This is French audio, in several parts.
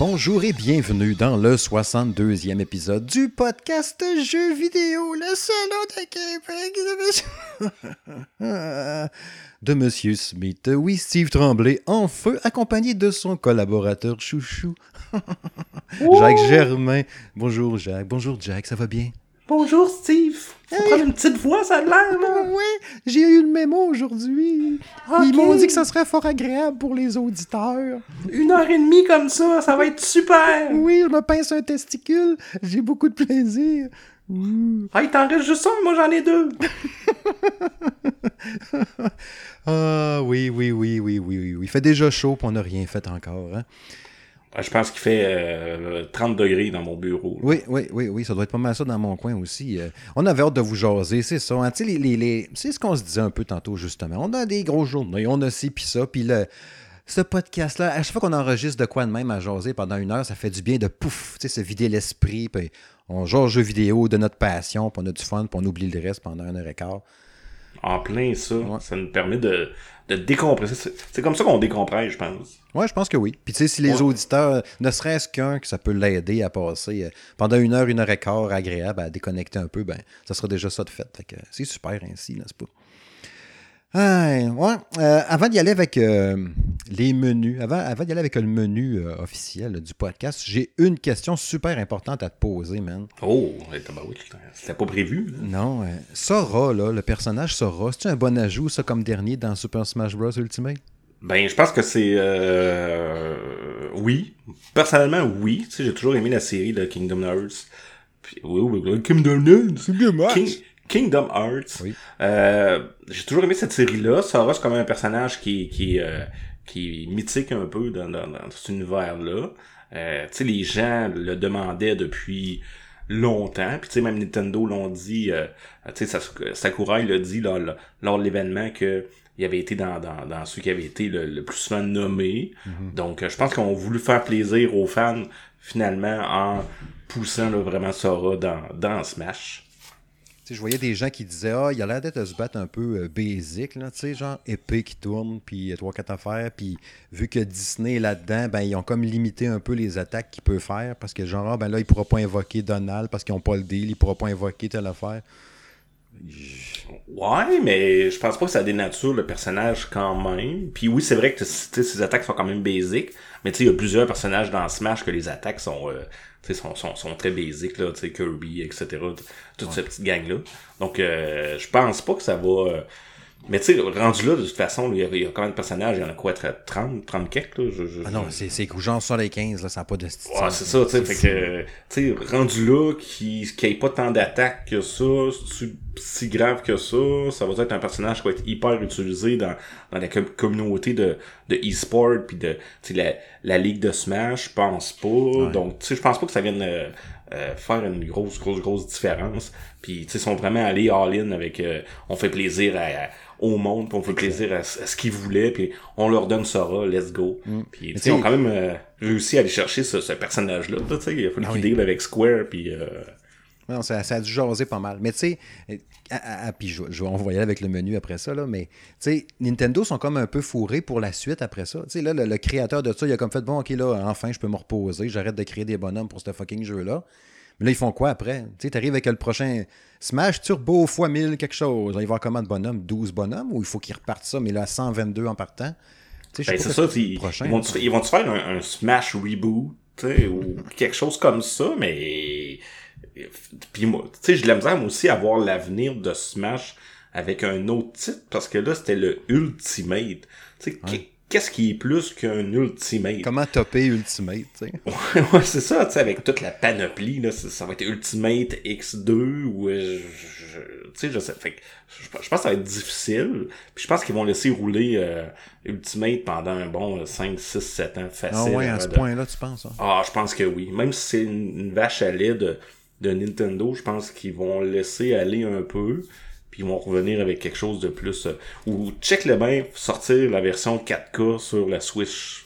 Bonjour et bienvenue dans le 62e épisode du podcast Jeux vidéo, le salon de Québec de Monsieur Smith. Oui, Steve Tremblay en feu, accompagné de son collaborateur chouchou, Jacques Germain. Bonjour Jacques, bonjour Jack, ça va bien? Bonjour Steve, faut prendre une petite voix, ça a l'air là. Oui, j'ai eu le mémo aujourd'hui. Okay. Ils m'ont dit que ça serait fort agréable pour les auditeurs. 1h30 comme ça va être super. Oui, je me pince un testicule, j'ai beaucoup de plaisir. Ah, il t'en reste juste un, moi j'en ai deux. Ah, oui. Il fait déjà chaud, puis on n'a rien fait encore, hein? Je pense qu'il fait 30 degrés dans mon bureau. Oui, ça doit être pas mal ça dans mon coin aussi. On avait hâte de vous jaser, c'est ça. Hein? Tu sais, c'est ce qu'on se disait un peu tantôt, justement. On a des grosses journées, on a ci puis ça, puis ce podcast-là, à chaque fois qu'on enregistre de quoi de même à jaser pendant 1 heure, ça fait du bien de pouf, tu sais, se vider l'esprit, puis on jase jeux vidéo de notre passion, puis on a du fun, puis on oublie le reste pendant 1h15. En plein ça, ça nous permet de décompresser. C'est comme ça qu'on décompresse, je pense. Ouais, je pense que oui. Puis tu sais, si les auditeurs, ne serait-ce qu'un, que ça peut l'aider à passer pendant 1h15 agréable, à déconnecter un peu, ben ça sera déjà ça de fait. Fait que c'est super ainsi, n'est-ce pas? Avant d'y aller avec les menus, avant d'y aller avec le menu officiel du podcast, j'ai une question super importante à te poser, man. Oh, c'était pas prévu. Là. Non, Sora, là, le personnage Sora, c'est-tu un bon ajout, ça, comme dernier dans Super Smash Bros. Ultimate? Ben, je pense que c'est... oui. Personnellement, oui. Tu sais, j'ai toujours aimé la série de Kingdom Hearts. Puis, oui, Kingdom Hearts. C'est bien moche. Kingdom Hearts. Oui. J'ai toujours aimé cette série-là. Sora, c'est comme un personnage qui est mythique un peu dans cet univers-là. Tu sais, les gens le demandaient depuis longtemps. Puis tu sais, même Nintendo l'ont dit. Tu sais, Sakurai l'a dit lors de l'événement que il avait été dans ceux qui avaient été le plus souvent nommés. Mm-hmm. Donc, je pense qu'ils ont voulu faire plaisir aux fans, finalement, en poussant là, vraiment Sora dans Smash. Je voyais des gens qui disaient il a l'air d'être à se battre un peu basic, là, tu sais, genre épée qui tourne, puis 3-4 affaires, puis vu que Disney est là-dedans, ben ils ont comme limité un peu les attaques qu'il peut faire, parce que genre, ben là, il pourra pas invoquer Donald, parce qu'ils ont pas le deal, il pourra pas invoquer telle affaire. Ouais, mais je pense pas que ça dénature le personnage quand même. Puis oui, c'est vrai que ces attaques sont quand même basiques, mais tu sais, il y a plusieurs personnages dans Smash que les attaques sont très basiques, là, tu sais, Kirby, etc. Toute cette petite gang-là. Donc, je pense pas que ça va... Mais tu sais, rendu là, de toute façon, il y a quand même de personnages, il y en a quoi, 30 quelques, là? Non, c'est genre 75, là, ça n'a pas de style. Ouais, c'est ça, tu sais, fait que, tu sais, rendu là, qu'il n'y ait pas tant d'attaques que ça, c'est si grave que ça va être un personnage qui va être hyper utilisé dans la communauté de e-sport, puis de, tu sais, la ligue de Smash, je pense pas. Ouais. Donc, tu sais, je pense pas que ça vienne faire une grosse différence. Puis, tu sais, ils sont vraiment allés all-in avec, on fait plaisir au monde, puis on fait plaisir à ce qu'ils voulaient, puis on leur donne Sora, let's go. Puis, tu sais, ils ont quand même réussi à aller chercher ce personnage-là, tu sais, il a fallu qu'ils deal avec Square, puis... Non, ça a dû jaser pas mal. Mais tu sais, puis on va y aller avec le menu après ça, là, mais tu sais, Nintendo sont comme un peu fourrés pour la suite après ça. Tu sais, là, le créateur de ça, il a comme fait, bon, ok, là, enfin, je peux me reposer, j'arrête de créer des bonhommes pour ce fucking jeu-là. Mais là, ils font quoi après? Tu sais, t'arrives avec le prochain Smash Turbo x 1000 quelque chose. Là, il va avoir combien de bonhommes? 12 bonhommes? Ou il faut qu'ils repartent ça, mais là, 122 en partant? Ben, c'est ça, ils vont-tu faire un Smash reboot, tu sais, ou quelque chose comme ça, mais... Puis moi, tu sais, j'ai de la misère, moi aussi, à voir l'avenir de Smash avec un autre titre, parce que là, c'était le Ultimate. Tu sais, qu'est-ce qui est plus qu'un Ultimate? Comment topper Ultimate, tu sais? Ouais, c'est ça, tu sais, avec toute la panoplie, là, ça va être Ultimate X2, ou... tu sais, je sais, fait que je pense que ça va être difficile, puis je pense qu'ils vont laisser rouler Ultimate pendant un bon 5, 6, 7 ans facile. Ah ouais, à ce point-là, tu penses? Hein? Ah, je pense que oui. Même si c'est une vache à lait de Nintendo, je pense qu'ils vont laisser aller un peu, puis ils vont revenir avec quelque chose de plus... ou check le bien, sortir la version 4K sur la Switch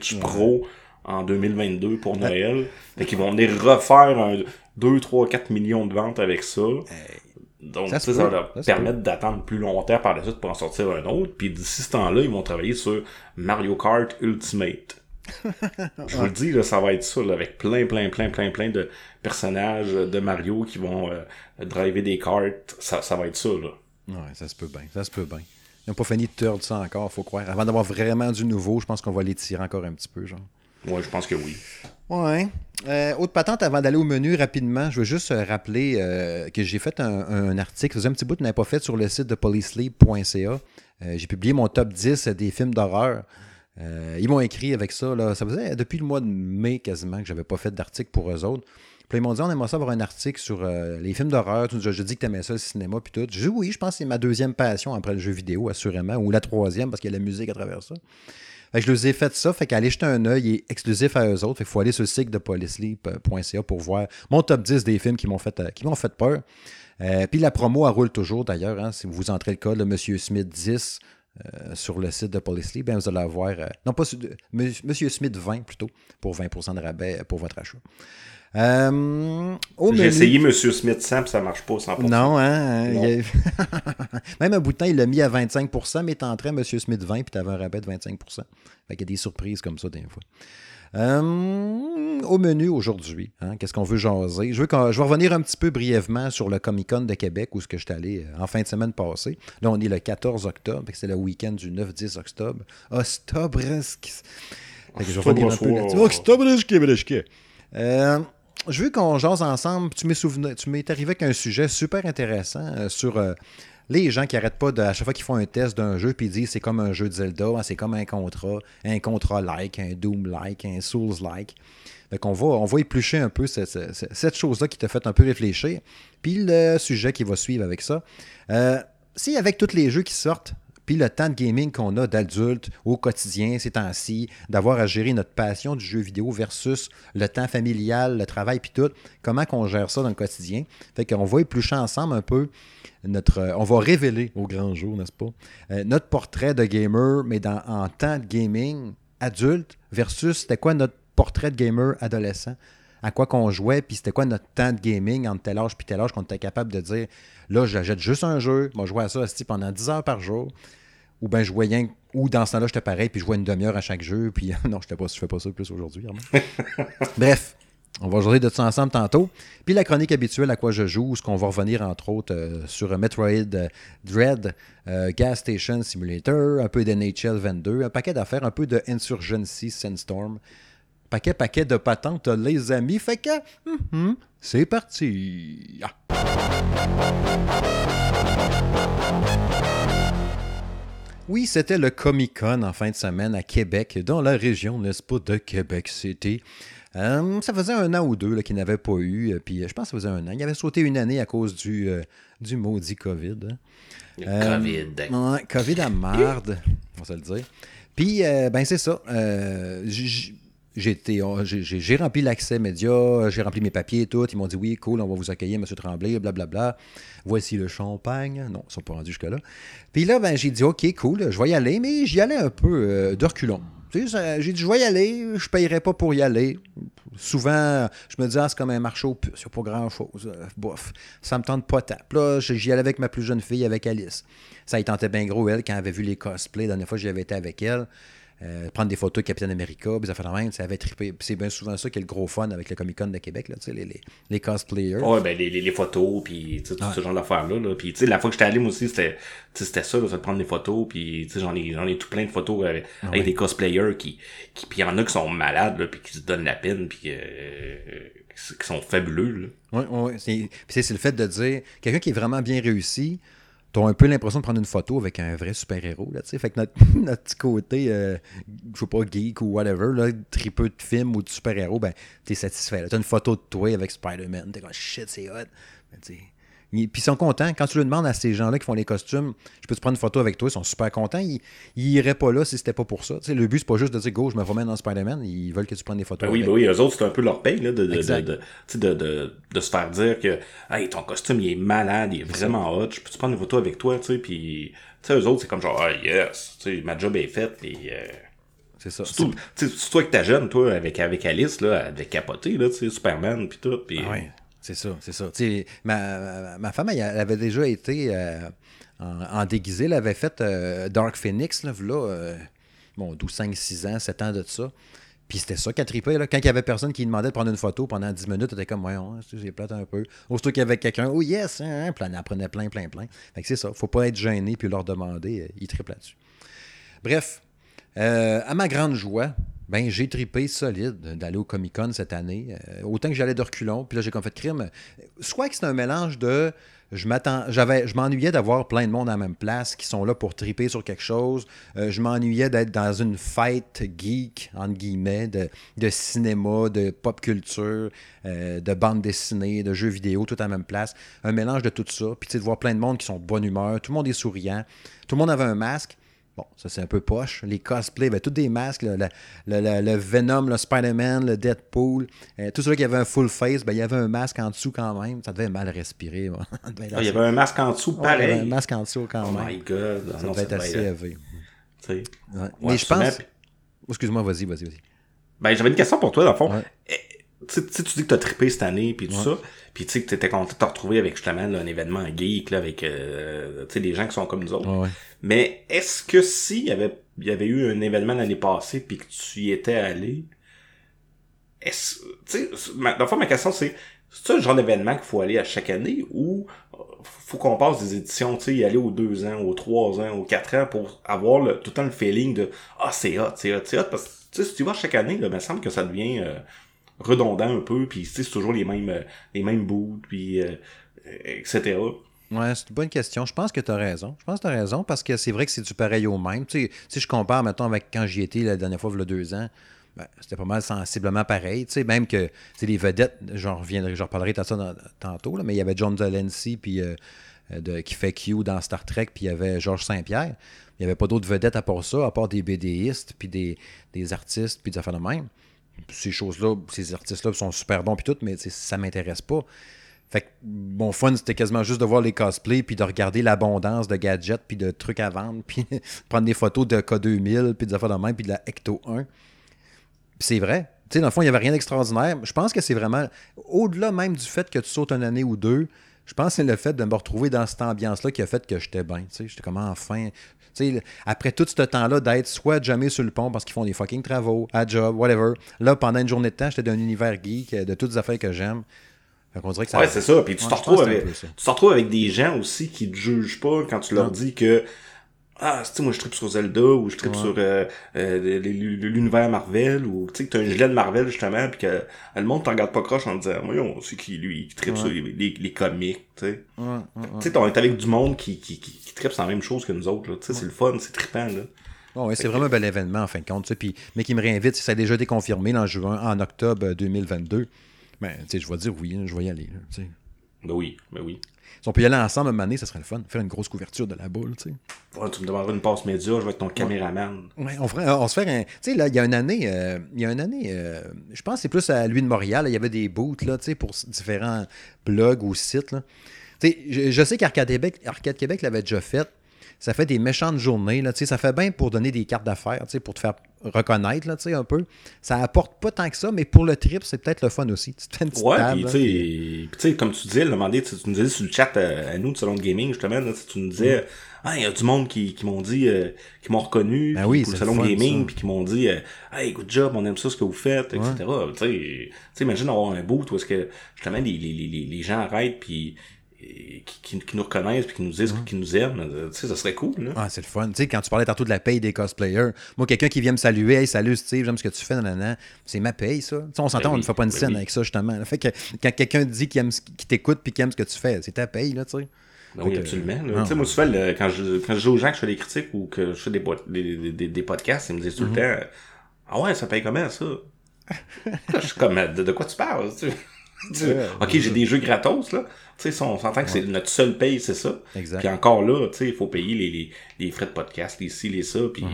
Pro en 2022 pour Noël. Fait qu'ils vont venir refaire 2, 3, 4 millions de ventes avec ça. Donc, ça va leur permettre d'attendre plus longtemps par la suite pour en sortir un autre. Puis d'ici ce temps-là, ils vont travailler sur Mario Kart Ultimate. Je vous le dis, là, ça va être ça, là, avec plein de personnages de Mario qui vont driver des cartes. Ça va être ça, là. Ouais, ça se peut bien. Ils n'ont pas fini de tordre ça encore, faut croire. Avant d'avoir vraiment du nouveau, je pense qu'on va les tirer encore un petit peu, genre. Ouais, je pense que oui. Ouais. Autre patente, avant d'aller au menu rapidement, je veux juste rappeler que j'ai fait un article, ça faisait un petit bout que je n'avais pas fait sur le site de polysleep.ca. J'ai publié mon top 10 des films d'horreur. Ils m'ont écrit avec ça. Là, ça faisait depuis le mois de mai quasiment que je n'avais pas fait d'article pour eux autres. Puis ils m'ont dit, on aimerait ça avoir un article sur les films d'horreur. Je dis que tu aimais ça, le cinéma, puis tout. J'ai dit oui, je pense que c'est ma deuxième passion après le jeu vidéo, assurément, ou la troisième, parce qu'il y a la musique à travers ça. Fait que je leur ai fait ça, fait qu'aller jeter un œil, il est exclusif à eux autres. Fait qu'il faut aller sur le site de polysleep.ca pour voir mon top 10 des films qui m'ont fait peur. Puis la promo, elle roule toujours d'ailleurs. Hein, si vous entrez le code, le Monsieur Smith 10 sur le site de Polysleep, ben vous allez avoir, non pas Monsieur Smith 20 plutôt, pour 20% de rabais pour votre achat. J'ai essayé Monsieur Smith 100 puis ça marche pas 100%. Non, hein? Non. Même un bout de temps, il l'a mis à 25%, mais t'entrais Monsieur Smith 20 puis t'avais un rabais de 25%. Fait qu'il y a des surprises comme ça des fois. Au menu aujourd'hui, hein, qu'est-ce qu'on veut jaser? Je vais revenir un petit peu brièvement sur le Comic-Con de Québec où je suis allé en fin de semaine passée. Là, on est le 14 octobre, c'est le week-end du 9-10 octobre. Octobre! Fait que je vais revenir un peu là-dessus. Octobre! Je veux qu'on jase ensemble. Tu m'es arrivé avec un sujet super intéressant sur les gens qui n'arrêtent pas à chaque fois qu'ils font un test d'un jeu, puis ils disent c'est comme un jeu de Zelda, hein, c'est comme un contrat-like, un Doom-like, un Souls-like. Fait qu'on on va éplucher un peu cette chose-là qui t'a fait un peu réfléchir. Puis le sujet qui va suivre avec ça. Si avec tous les jeux qui sortent, puis le temps de gaming qu'on a d'adultes au quotidien ces temps-ci, d'avoir à gérer notre passion du jeu vidéo versus le temps familial, le travail, puis tout, comment qu'on gère ça dans le quotidien. Fait qu'on va éplucher ensemble un peu on va révéler au grand jour, n'est-ce pas, notre portrait de gamer, mais en temps de gaming adulte versus c'était quoi notre portrait de gamer adolescent. À quoi qu'on jouait, puis c'était quoi notre temps de gaming entre tel âge puis tel âge qu'on était capable de dire là, j'achète juste un jeu, moi je jouais à ça pendant 10 heures par jour, ou bien je jouais rien, ou dans ce temps-là, j'étais pareil, puis je jouais une demi-heure à chaque jeu, puis non, je fais pas ça plus aujourd'hui. Bref, on va jouer de ça ensemble tantôt. Puis la chronique habituelle à quoi je joue, ce qu'on va revenir entre autres sur Metroid Dread, Gas Station Simulator, un peu d'NHL 22, un paquet d'affaires, un peu de Insurgency Sandstorm. Paquet de patentes, les amis. Fait que, c'est parti. Oui, c'était le Comic-Con en fin de semaine à Québec, dans la région, n'est-ce pas, de Québec City. Ça faisait 1 an ou 2 qu'il n'avait pas eu. Puis je pense que ça faisait 1 an. Il avait sauté 1 année à cause du maudit COVID. Hein. COVID. Ouais, COVID à marde, on va se le dire. Puis, ben c'est ça. J'ai rempli l'accès média, j'ai rempli mes papiers et tout. Ils m'ont dit oui, cool, on va vous accueillir, M. Tremblay, blablabla. Voici le champagne. Non, ils ne sont pas rendus jusque-là. Puis là, ben, j'ai dit OK, cool, je vais y aller, mais j'y allais un peu de reculons. Tu sais, j'ai dit je vais y aller, je ne payerai pas pour y aller. Souvent, je me dis c'est comme un marché aux puces, il n'y a pas grand-chose. Bof, ça me tente pas tant. Puis là, j'y allais avec ma plus jeune fille, avec Alice. Ça y tentait bien gros, elle, quand elle avait vu les cosplays. La dernière fois, j'y avais été avec elle. Prendre des photos de Capitaine America, puis ça fait la même, ça avait trippé. Puis c'est bien souvent ça qui est le gros fun avec le Comic-Con de Québec, là, les cosplayers. Ouais, ben les photos, puis tout ce genre d'affaires-là. Là. Puis la fois que j'étais allé, moi aussi, c'était ça, là, de prendre des photos, puis j'en ai tout plein de photos avec des cosplayers puis il y en a qui sont malades, là, puis qui se donnent la peine, puis qui sont fabuleux. Oui. C'est le fait de dire, quelqu'un qui est vraiment bien réussi, t'as un peu l'impression de prendre une photo avec un vrai super-héros, là, tu sais. Fait que notre petit côté, je sais pas, geek ou whatever, là, tripeux de film ou de super-héros, ben, t'es satisfait. Là. T'as une photo de toi avec Spider-Man, t'es comme shit, c'est hot. Ben, puis ils sont contents. Quand tu le demandes à ces gens-là qui font les costumes, je peux te prendre une photo avec toi, ils sont super contents. Ils iraient pas là si c'était pas pour ça. Tu sais, le but, c'est pas juste de dire go, je me promène dans Spider-Man. Ils veulent que tu prennes des photos. Ben oui, eux autres, c'est un peu leur paye, là, de se faire dire que hey, ton costume, il est malade, il est vraiment hot, je peux te prendre une photo avec toi, tu sais, puis tu sais, eux autres, c'est comme genre, ah yes, tu sais, ma job est faite, puis c'est ça. Surtout toi que t'es jeune, toi, avec Alice, là, elle devait capoter, là, tu sais, Superman, puis tout, puis... Ah ouais. C'est ça. T'sais, ma femme, elle avait déjà été en déguisé. Elle avait fait Dark Phoenix, là 12, 5, 6 ans, 7 ans de ça. Puis c'était ça qu'elle tripait, là. Quand il y avait personne qui demandait de prendre une photo pendant 10 minutes, elle était comme, ouais, j'ai plate un peu. Aussitôt qu'il y avait quelqu'un, oh yes, hein, puis elle en prenait plein. Fait que c'est ça, faut pas être gêné puis leur demander, ils trippent là-dessus. Bref, à ma grande joie, ben j'ai trippé solide d'aller au Comic-Con cette année. Autant que j'allais de reculons, puis là j'ai comme fait crime. Soit que c'est un mélange de... Je m'ennuyais d'avoir plein de monde à la même place qui sont là pour tripper sur quelque chose. Je m'ennuyais d'être dans une fête geek, entre guillemets, de cinéma, de pop culture, de bande dessinée, de jeux vidéo, tout à la même place. Un mélange de tout ça. Puis tu sais, de voir plein de monde qui sont de bonne humeur. Tout le monde est souriant. Tout le monde avait un masque. Bon, ça c'est un peu poche. Les cosplays avaient tous des masques. Le Venom, le Spider-Man, le Deadpool. Tout ceux qui avaient un full face, ben, il y avait un masque en dessous quand même. Ça devait mal respirer. Il y avait un masque en dessous, pareil. Il y avait un masque en dessous quand même. Oh my God. Ça devait être assez élevé. Ouais. Mais je pense... Excuse-moi, vas-y. Ben, j'avais une question pour toi, dans le fond. Ouais. Tu dis que t'as trippé cette année, puis tout ça, puis tu sais que t'étais content de te retrouver avec justement là, un événement geek, là, avec des gens qui sont comme nous autres. Ouais. Mais est-ce que si il y avait eu un événement l'année passée, puis que tu y étais allé, dans le fond, ma question c'est le genre d'événement qu'il faut aller à chaque année, ou faut qu'on passe des éditions, tu sais, y aller aux 2 ans, aux 3 ans, aux 4 ans, pour avoir tout le temps le feeling de « Ah, c'est hot, parce que tu sais, si tu vas chaque année, là, il me semble que ça devient... redondant un peu, puis c'est toujours les mêmes bouts, puis etc. Ouais, c'est une bonne question. Je pense que tu as raison. Parce que c'est vrai que c'est du pareil au même. Tu sais, si je compare, mettons, avec quand j'y étais la dernière fois, il y a 2 ans, ben, c'était pas mal sensiblement pareil. Tu sais, même que c'est les vedettes, je reparlerai de ça tantôt, là, mais il y avait John Delancey puis, qui fait Q dans Star Trek, puis il y avait Georges Saint-Pierre. Il n'y avait pas d'autres vedettes à part ça, à part des BDistes, puis des artistes, puis des affaires de même. Ces choses-là, ces artistes-là sont super bons puis tout, mais ça m'intéresse pas. Fait que mon fun, c'était quasiment juste de voir les cosplays puis de regarder l'abondance de gadgets puis de trucs à vendre puis prendre des photos de K2000 puis des affaires de même puis de la Ecto 1. Puis c'est vrai. Tu sais, dans le fond, il n'y avait rien d'extraordinaire. Je pense que c'est vraiment... Au-delà même du fait que tu sautes une année ou deux, je pense que c'est le fait de me retrouver dans cette ambiance-là qui a fait que j'étais bien. Tu sais, j'étais comme enfin... Tu sais, après tout ce temps-là, d'être soit jamais sur le pont parce qu'ils font des fucking travaux, à job, whatever. Là, pendant une journée de temps, j'étais dans un univers geek, de toutes les affaires que j'aime. Fait qu'on dirait que ça... Ouais, c'est ça. Puis tu te retrouves avec des gens aussi qui te jugent pas quand tu leur dis que ah, tu sais, moi je trippe sur Zelda ou je trippe sur l'univers Marvel ou tu sais que t'as un gilet de Marvel justement puis que le monde t'en regarde pas croche en te disant voyons, c'est qui lui qui trippe sur les comics, tu sais. Tu sais, on est avec du monde qui trippe sur la même chose que nous autres, là. Tu sais, c'est le fun, c'est trippant, là. Oh, ouais, c'est vraiment un bel événement en fin de compte, puis mais qui me réinvite, ça a déjà été confirmé en octobre 2022. Ben, tu sais, je vais dire oui, je vais y aller, là, tu sais. Ben oui. Si on peut y aller ensemble une année, ça serait le fun. Faire une grosse couverture de la boule, tu sais. Ouais, tu me demanderas une passe média, je vais être ton caméraman. Ouais, on se ferait un... Tu sais, là, il y a une année, je pense que c'est plus à lui de Montréal, là, il y avait des booths, là, tu sais, pour différents blogs ou sites, là. Tu sais, je sais qu'Arcade Québec l'avait déjà fait. Ça fait des méchantes journées, là, tu sais, ça fait bien pour donner des cartes d'affaires, tu sais, pour te faire reconnaître, là, tu sais, un peu. Ça apporte pas tant que ça, mais pour le trip, c'est peut-être le fun aussi. Tu te fais une petite table, puis tu sais, comme tu disais, tu nous disais sur le chat à nous de Salon de Gaming, justement, là, tu nous disais, il y a du monde qui m'ont dit, qui m'ont reconnu, ben oui, pour le Salon de Gaming, puis qui m'ont dit, hey, good job, on aime ça ce que vous faites, etc. Tu sais, imagine avoir un bout où est-ce que, justement, les gens arrêtent, puis qui nous reconnaissent puis qui nous disent qu'ils nous aiment, tu sais, ça serait cool, là. Ah, c'est le fun. Tu sais, quand tu parlais tantôt de la paye des cosplayers, moi, quelqu'un qui vient me saluer, hey, salut Steve, j'aime ce que tu fais, nanana, c'est ma paye, ça. Tu sais, on s'entend, on ne fait pas une scène avec ça, justement. Fait que quand quelqu'un dit qu'il t'écoute puis qu'il aime ce que tu fais, c'est ta paye, là, tu sais. Ben oui, absolument. Tu sais, moi, souvent, quand je dis aux gens que je fais des critiques ou que je fais des podcasts, ils me disent tout le temps, ah ouais, ça paye comment, ça? Je suis comme, de quoi tu parles, tu sais? Ok, j'ai des jeux gratos, là. Tu sais, on s'entend que c'est notre seule paye, c'est ça. Exact. Puis encore là, tu sais, il faut payer les frais de podcast, les ci, les ça, puis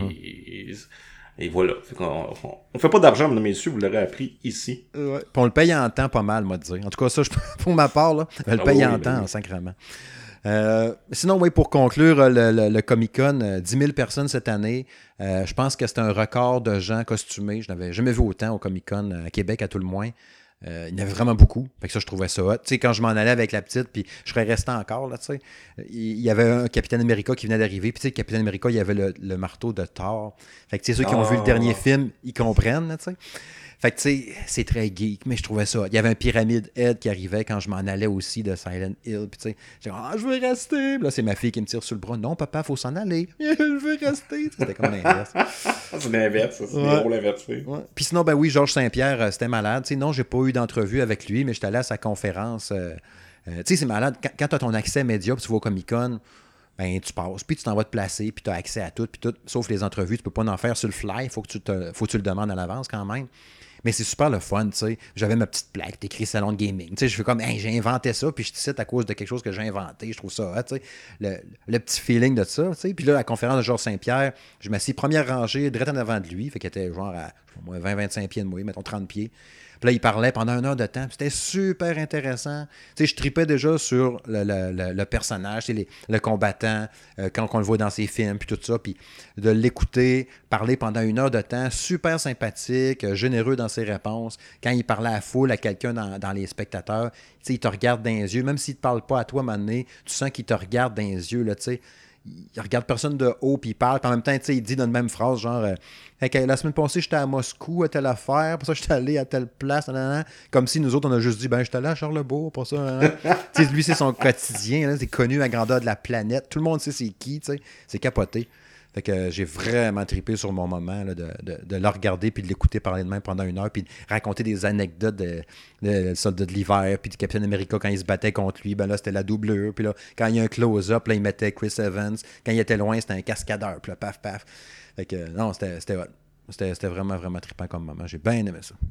et voilà. Fait on fait pas d'argent, mesdames et messieurs, vous l'aurez appris ici. Ouais. Puis on le paye en temps pas mal, moi, de dire. En tout cas, ça, pour ma part, là, je le paye en temps, sacrément. Sinon, oui, pour conclure le Comic-Con, 10 000 personnes cette année. Je pense que c'est un record de gens costumés. Je n'avais jamais vu autant au Comic-Con à Québec, à tout le moins. Il y en avait vraiment beaucoup. Fait que ça, je trouvais ça hot. Tu sais, quand je m'en allais avec la petite, puis je serais resté encore, là, tu sais. Il y avait un Capitaine America qui venait d'arriver. Puis, tu sais, Capitaine America, il y avait le marteau de Thor. Fait que, tu sais, ceux qui ont vu le dernier film, ils comprennent, là, tu sais. Fait que, tu sais, c'est très geek, mais je trouvais ça. Il y avait un Pyramid Head qui arrivait quand je m'en allais aussi de Silent Hill. Puis, tu sais, j'ai dit, je veux rester. Puis là, c'est ma fille qui me tire sur le bras. Non, papa, faut s'en aller. Je veux rester. C'était comme l'inverse. C'est l'inverse, ça. C'est des rôles inversés. Ouais. Puis sinon, ben oui, Georges Saint-Pierre, c'était malade. Tu sais, non, j'ai pas eu d'entrevue avec lui, mais j'étais allé à sa conférence. Tu sais, c'est malade. Quand tu as ton accès média, puis tu vas au Comic-Con, ben tu passes, puis tu t'en vas te placer, puis tu as accès à tout, puis tout, sauf les entrevues, tu peux pas en faire sur le fly, faut que tu le demandes à l'avance quand même. Mais c'est super le fun, tu sais. J'avais ma petite plaque, t'écris salon de gaming. Tu sais, je fais comme, hey, j'ai inventé ça, puis je te cite à cause de quelque chose que j'ai inventé. Je trouve ça, tu sais, le petit feeling de ça, tu sais. Puis là, à la conférence de Georges Saint-Pierre, je m'assis première rangée, direct en avant de lui, fait qu'il était genre à 20-25 pieds de moi, mettons 30 pieds. Puis là, il parlait pendant 1 heure de temps. C'était super intéressant. Tu sais, je tripais déjà sur le personnage, le combattant, quand on le voit dans ses films, puis tout ça. Puis de l'écouter, parler pendant 1 heure de temps, super sympathique, généreux dans ses réponses. Quand il parlait à la foule, à quelqu'un dans les spectateurs, tu sais, il te regarde dans les yeux. Même s'il ne te parle pas à toi, à un moment donné, tu sens qu'il te regarde dans les yeux, là, tu sais. Il regarde personne de haut, puis il parle. Puis en même temps, il dit dans une même phrase, genre, la semaine passée, j'étais à Moscou à telle affaire, pour ça, j'étais allé à telle place, nanana. Comme si nous autres, on a juste dit, ben, j'étais allé à Charlebourg, pour ça. Lui, c'est son quotidien, là, c'est connu à grandeur de la planète. Tout le monde sait c'est qui, tu sais. C'est capoté. Fait que j'ai vraiment trippé sur mon moment là, de le regarder puis de l'écouter parler de même pendant 1 heure puis de raconter des anecdotes de Soldat de l'hiver puis du Capitaine America quand il se battait contre lui. Ben là, c'était la doublure. Puis là, quand il y a un close-up, là, il mettait Chris Evans. Quand il était loin, c'était un cascadeur. Puis là, paf, paf. Fait que non, c'était hot. C'était vraiment, vraiment trippant comme moment. J'ai bien aimé ça.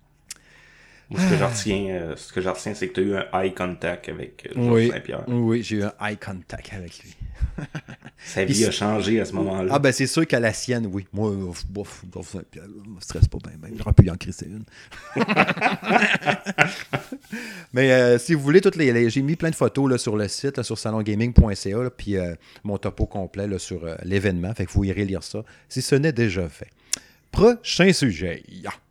Moi, ce que j'en retiens, c'est que tu as eu un eye contact avec Georges Saint-Pierre. Oui, j'ai eu un eye contact avec lui. Sa vie a changé à ce moment-là. Ah ben c'est sûr qu'à la sienne, oui. Moi, Georges Saint-Pierre, je me stresse pas bien. J'aurais pu y en crisser une. Mais si vous voulez, j'ai mis plein de photos là, sur le site, là, sur salongaming.ca, puis mon topo complet là, sur l'événement. Fait que vous irez lire ça, si ce n'est déjà fait. Prochain sujet.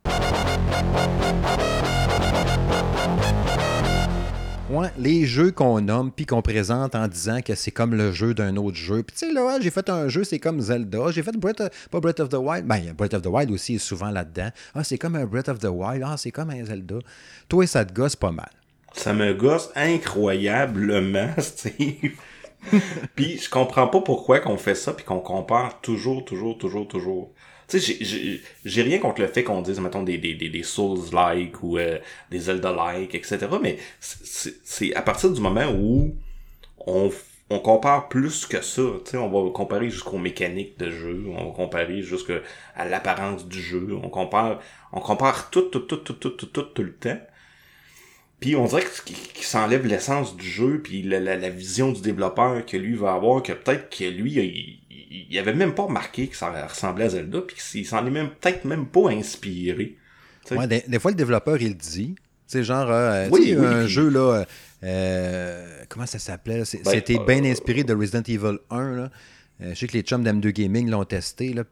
Ouais, les jeux qu'on nomme puis qu'on présente en disant que c'est comme le jeu d'un autre jeu. Puis tu sais, là, j'ai fait un jeu, c'est comme Zelda. J'ai fait pas Breath of the Wild. Ben, Breath of the Wild aussi est souvent là-dedans. Ah, c'est comme un Breath of the Wild. Ah, c'est comme un Zelda. Toi, ça te gosse pas mal. Ça me gosse incroyablement, Steve. Puis je comprends pas pourquoi qu'on fait ça puis qu'on compare toujours. Tu sais, j'ai rien contre le fait qu'on dise, mettons, des Souls-like ou des Zelda-like, etc. Mais c'est à partir du moment où on compare plus que ça. Tu sais, on va comparer jusqu'aux mécaniques de jeu, on va comparer jusqu'à l'apparence du jeu, on compare tout le temps. Puis on dirait qu'il s'enlève l'essence du jeu, puis la vision du développeur que lui va avoir, que peut-être que lui, il avait même pas remarqué que ça ressemblait à Zelda, puis qu'il s'en est peut-être même pas inspiré. T'sais. Ouais, des fois, le développeur, il le dit. Tu sais, genre, un jeu, là, comment ça s'appelait? C'était bien inspiré de Resident Evil 1, là. Je sais que les chums d'M2 Gaming l'ont testé, là.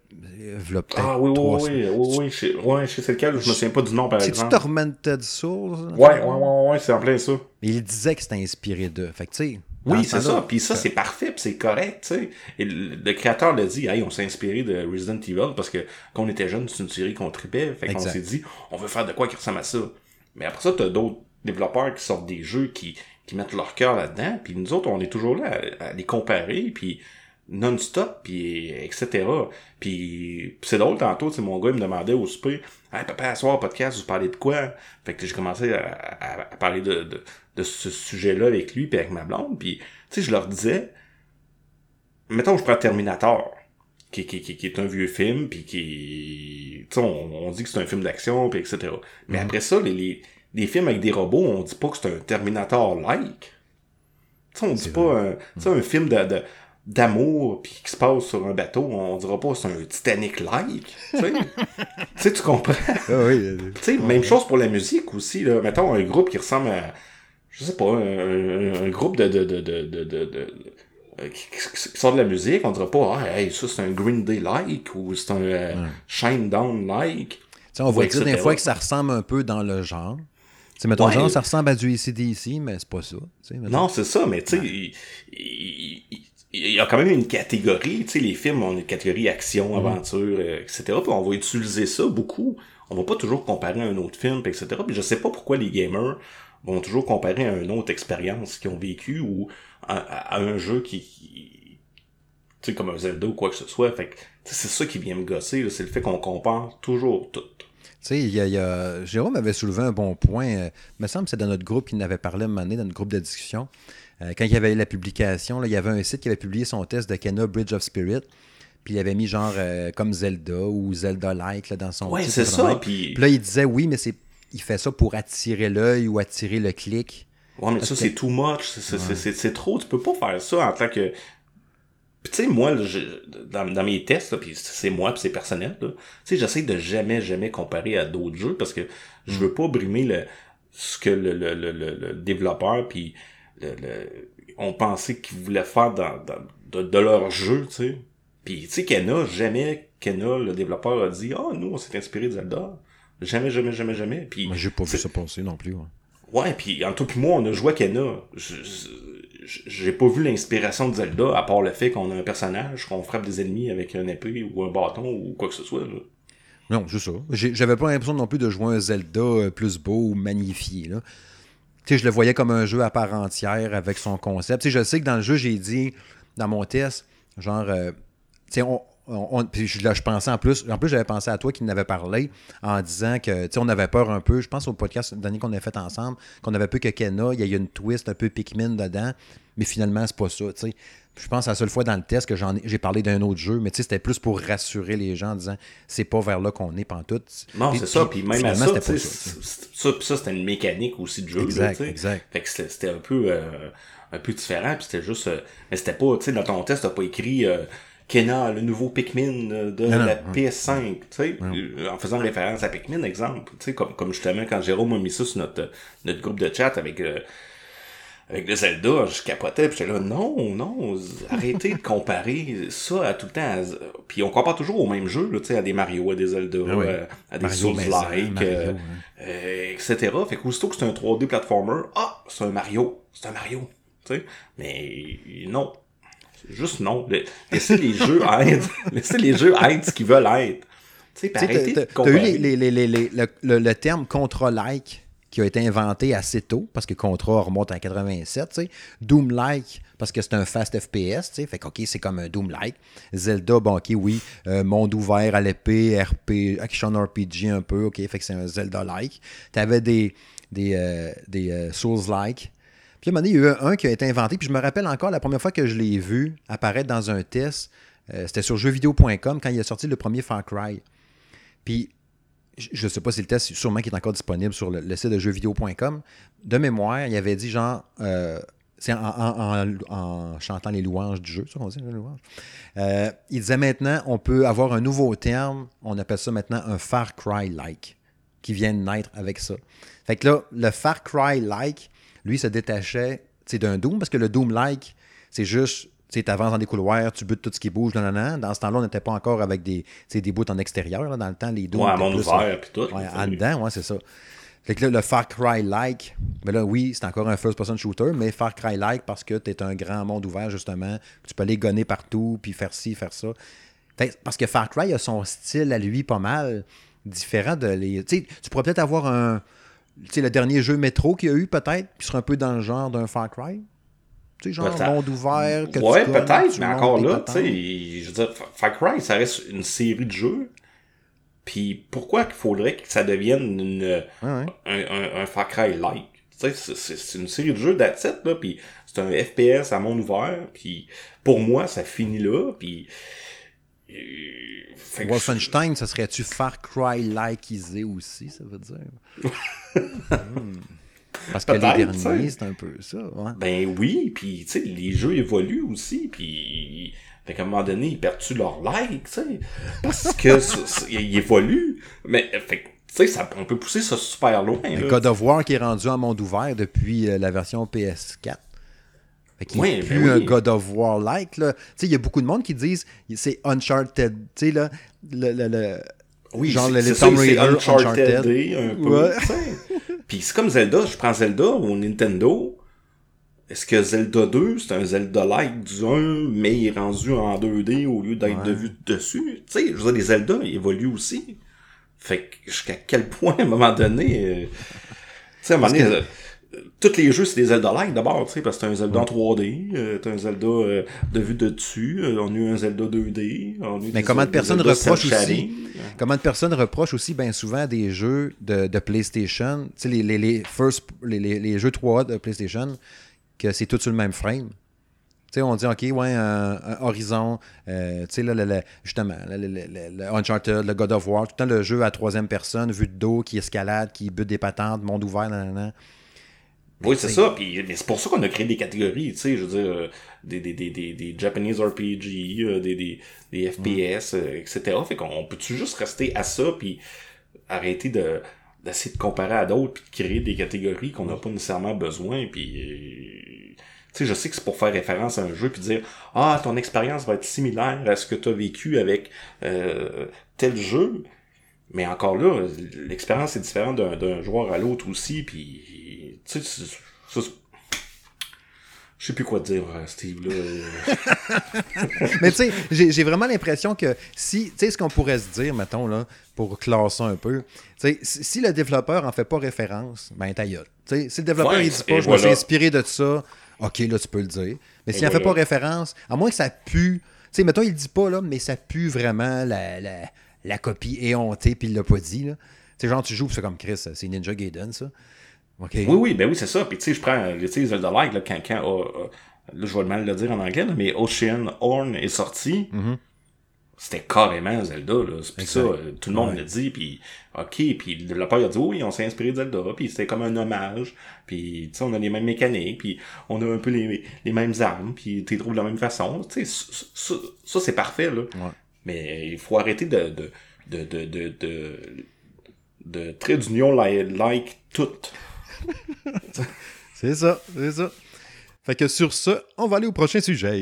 Oui, je sais lequel, je me souviens pas du nom, par exemple. C'est-tu Tormented Souls? Ouais, c'est en plein ça. Mais il disait que c'était inspiré d'eux. Fait que, tu sais... Oui, c'est ça. Puis ça, c'est parfait, puis c'est correct, tu sais. Et le créateur l'a dit, hey, on s'est inspiré de Resident Evil parce que quand on était jeune, c'est une série qu'on tripait. Fait qu'on s'est dit, on veut faire de quoi qui ressemble à ça. Mais après ça, t'as d'autres développeurs qui sortent des jeux qui mettent leur cœur là-dedans. Puis nous autres, on est toujours là à les comparer, puis non-stop, puis etc. Puis c'est drôle, tantôt, tu sais, mon gars, il me demandait au souper, hey, papa, à soir, podcast, vous parlez de quoi? Fait que j'ai commencé à parler de ce sujet-là avec lui puis avec ma blonde, puis tu sais, je leur disais, mettons, je prends Terminator, qui est un vieux film, puis qui, tu sais, on dit que c'est un film d'action, puis etc. Mais après ça, les films avec des robots, on dit pas que c'est un Terminator-like. Tu sais, on dit pas un film d'amour puis qui se passe sur un bateau, on dira pas c'est un Titanic-like, tu sais. Tu sais, tu comprends? Tu sais, même chose pour la musique aussi, là. Mettons un groupe qui ressemble à, je sais pas, un groupe qui sort de la musique, on dira pas, ah, hey, ça c'est un Green Day-like ou c'est un Shinedown-like. Tu sais, on va dire des fois que ça ressemble un peu dans le genre. sais, mettons, genre, ça ressemble à du AC/DC, mais c'est pas ça. Non, c'est ça, mais tu sais, il y a quand même une catégorie, tu sais, les films ont une catégorie action, aventure, etc. Puis on va utiliser ça beaucoup. On va pas toujours comparer à un autre film, etc. Puis je sais pas pourquoi les gamers vont toujours comparer à une autre expérience qu'ils ont vécue ou à un jeu qui tu sais, comme un Zelda ou quoi que ce soit. Fait que c'est ça qui vient me gosser, là, c'est le fait qu'on compare toujours tout. Tu sais, Jérôme avait soulevé un bon point. Il me semble que c'est dans notre groupe qu'il n'avait parlé à un moment donné, dans notre groupe de discussion. Quand il y avait eu la publication, là, il y avait un site qui avait publié son test de Kena Bridge of Spirit. Puis il avait mis genre comme Zelda ou Zelda-like là, dans son ouais, titre. C'est ça. Puis là, il disait oui, mais il fait ça pour attirer l'œil ou attirer le clic. Ouais, mais ça, c'est too much. C'est trop. Tu peux pas faire ça en tant que... Puis tu sais, moi, là, dans mes tests, là, puis c'est moi, puis c'est personnel, là, tu sais, j'essaie de jamais comparer à d'autres jeux parce que je veux pas brimer ce que le développeur puis ont pensé qu'ils voulaient faire de leur jeu, tu sais. Puis tu sais, Kena, le développeur a dit « Ah, nous, on s'est inspiré de Zelda. » Jamais. Puis moi, j'ai pas vu ça passer non plus. Ouais. Ouais, puis en tout puis moi, on a joué à Kena. J'ai pas vu l'inspiration de Zelda, à part le fait qu'on a un personnage, qu'on frappe des ennemis avec une épée ou un bâton ou quoi que ce soit. Là. Non, c'est ça. J'avais pas l'impression non plus de jouer un Zelda plus beau ou magnifié. Là. Tu sais, je le voyais comme un jeu à part entière avec son concept. Tu sais, je sais que dans le jeu, j'ai dit, dans mon test, genre, tu sais, puis je pensais en plus j'avais pensé à toi qui n'avait parlé en disant que, tu sais, on avait peur un peu, je pense au podcast dernier qu'on avait fait ensemble, qu'on avait peur que Kena, il y a une twist un peu Pikmin dedans, mais finalement, c'est pas ça, tu sais. Je pense à la seule fois dans le test que j'ai parlé d'un autre jeu, mais tu sais, c'était plus pour rassurer les gens en disant c'est pas vers là qu'on est pantoute. Non, c'est ça, puis même à ça, c'était pas ça, c'était une mécanique aussi de jeu. Exact, là, exact. Fait que c'était un peu différent, puis c'était juste... mais c'était pas, tu sais, dans ton test, t'as pas écrit... Kena, le nouveau Pikmin de la PS5, tu sais, en faisant référence à Pikmin, exemple, tu sais, comme justement quand Jérôme a mis ça sur notre groupe de chat avec le Zelda, je capotais, pis j'étais là, non, arrêtez de comparer ça à tout le temps, puis on compare toujours au même jeu, là, tu sais, à des Mario, à des Zelda, à des Souls-like, etc. Fait qu'aussitôt que c'est un 3D platformer, c'est un Mario, tu sais, mais non. Juste non. Laissez les jeux être. Laissez les jeux être ce qu'ils veulent être. Tu sais, arrêtez de comparer. T'as eu le terme Contra-like qui a été inventé assez tôt, parce que Contra remonte en 87, tu sais. Doom-like, parce que c'est un fast FPS, tu sais. Fait que, OK, c'est comme un Doom-like. Zelda, bon, OK, oui. Monde ouvert à l'épée, action RPG un peu, OK. Fait que c'est un Zelda-like. T'avais des Souls-like. Puis à un moment donné, il y a eu un qui a été inventé, puis je me rappelle encore la première fois que je l'ai vu apparaître dans un test, c'était sur jeuxvideo.com quand il a sorti le premier Far Cry. Puis, je ne sais pas si le test, sûrement qui est encore disponible sur le site de jeuxvideo.com. De mémoire, il avait dit genre, c'est en chantant les louanges du jeu, ça qu'on dit, les louanges. Il disait maintenant, on peut avoir un nouveau terme, on appelle ça maintenant un Far Cry-like, qui vient de naître avec ça. Fait que là, le Far Cry-like, lui, se détachait d'un Doom, parce que le Doom-like, c'est juste, tu avances dans des couloirs, tu butes tout ce qui bouge, nan. Dans ce temps-là, on n'était pas encore avec des bouts en extérieur. Là. Dans le temps, les Dooms. Ouais, à monde ouvert, puis tout. Ouais, en dedans, ouais, c'est ça. Fait que là, le Far Cry-like, mais là, oui, c'est encore un first-person shooter, mais Far Cry-like parce que tu es un grand monde ouvert, justement. Tu peux aller gonner partout, puis faire ci, faire ça. Fait, parce que Far Cry a son style à lui pas mal différent de les. Tu pourrais peut-être avoir un. Tu sais, le dernier jeu Metro qu'il y a eu, peut-être, qui serait un peu dans le genre d'un Far Cry. Tu sais, genre peut-être. Monde ouvert. Que ouais, tu peut-être, mais encore là, tu sais, je veux dire, Far Cry, ça reste une série de jeux. Puis pourquoi qu'il faudrait que ça devienne un Far Cry-like? Tu sais, c'est une série de jeux that's-it, là, puis c'est un FPS à monde ouvert, puis pour moi, ça finit là, puis... Wolfenstein, ça serait-tu Far Cry-likeisé aussi, ça veut dire? Parce que les derniers, c'est un peu ça. Ouais. Ben oui, puis tu sais, les jeux évoluent aussi, puis fait qu'à un moment donné, ils perdent leur like, tu sais, parce que ils évoluent. Mais fait tu sais, on peut pousser ça super loin. God of War qui est rendu en monde ouvert depuis la version PS4. Fait qu'il n'est plus un God of War-like. Tu sais, il y a beaucoup de monde qui disent c'est Uncharted. Tu sais, là, oui, genre c'est Tomb Raider, Uncharted. Un peu, ouais. Puis c'est comme Zelda, je prends Zelda au Nintendo. Est-ce que Zelda 2, c'est un Zelda-like du 1, mais il est rendu en 2D au lieu d'être de vue dessus? Tu sais, je veux dire, les Zelda, ils évoluent aussi. Fait que jusqu'à quel point, à un moment donné... tu sais, à un moment donné... tous les jeux, c'est des Zelda-like d'abord, tu sais, parce que t'as un Zelda en 3D, t'as un Zelda de vue de dessus, on a eu un Zelda 2D, on a eu mais comment de personnes reprochent aussi, comment de personnes reprochent aussi bien souvent des jeux de PlayStation, tu sais, les jeux 3 de PlayStation, que c'est tout sur le même frame. Tu sais, on dit, OK, ouais, un Horizon, tu sais, là, justement, le Uncharted, le God of War, tout le temps le jeu à troisième personne, vue de dos, qui escalade, qui bute des patentes, monde ouvert, nan. Oui, c'est ça. Puis, mais c'est pour ça qu'on a créé des catégories, tu sais, je veux dire, des Japanese RPG, des FPS, etc. Fait qu'on peut-tu juste rester à ça, puis arrêter d'essayer de comparer à d'autres, puis de créer des catégories qu'on n'a pas nécessairement besoin, puis... tu sais, je sais que c'est pour faire référence à un jeu, puis dire « Ah, ton expérience va être similaire à ce que tu as vécu avec tel jeu. » Mais encore là, l'expérience est différente d'un joueur à l'autre aussi, puis... Tu sais, je sais plus quoi te dire, Steve, là. Mais tu sais, j'ai vraiment l'impression que si, tu sais, ce qu'on pourrait se dire, mettons, là, pour classer un peu, tu sais, si le développeur en fait pas référence, ben ta gueule. Tu sais, si le développeur il dit pas, je me suis inspiré de ça, ok, là, tu peux le dire. Mais s'il en fait pas référence, à moins que ça pue, tu sais, mettons, il le dit pas, là, mais ça pue vraiment la copie éhontée, puis il l'a pas dit, là. Tu sais, genre, tu joues, c'est comme Chris, c'est Ninja Gaiden, ça. Okay. Oui, ben oui, c'est ça. Puis tu sais, je prends les Zelda-like, là, quand là, je vais mal le dire en anglais, là, mais Ocean Horn est sorti. Mm-hmm. C'était carrément Zelda, là. Puis ça, tout le monde l'a dit, puis OK, puis le développeur a dit oui, on s'est inspiré de Zelda, puis c'était comme un hommage, puis tu sais, on a les mêmes mécaniques, puis on a un peu les mêmes armes, puis tu les trouves de la même façon. Tu sais, ça c'est parfait, là. Ouais. Mais il faut arrêter de trait d'union like tout. C'est ça. Fait que sur ce, on va aller au prochain sujet.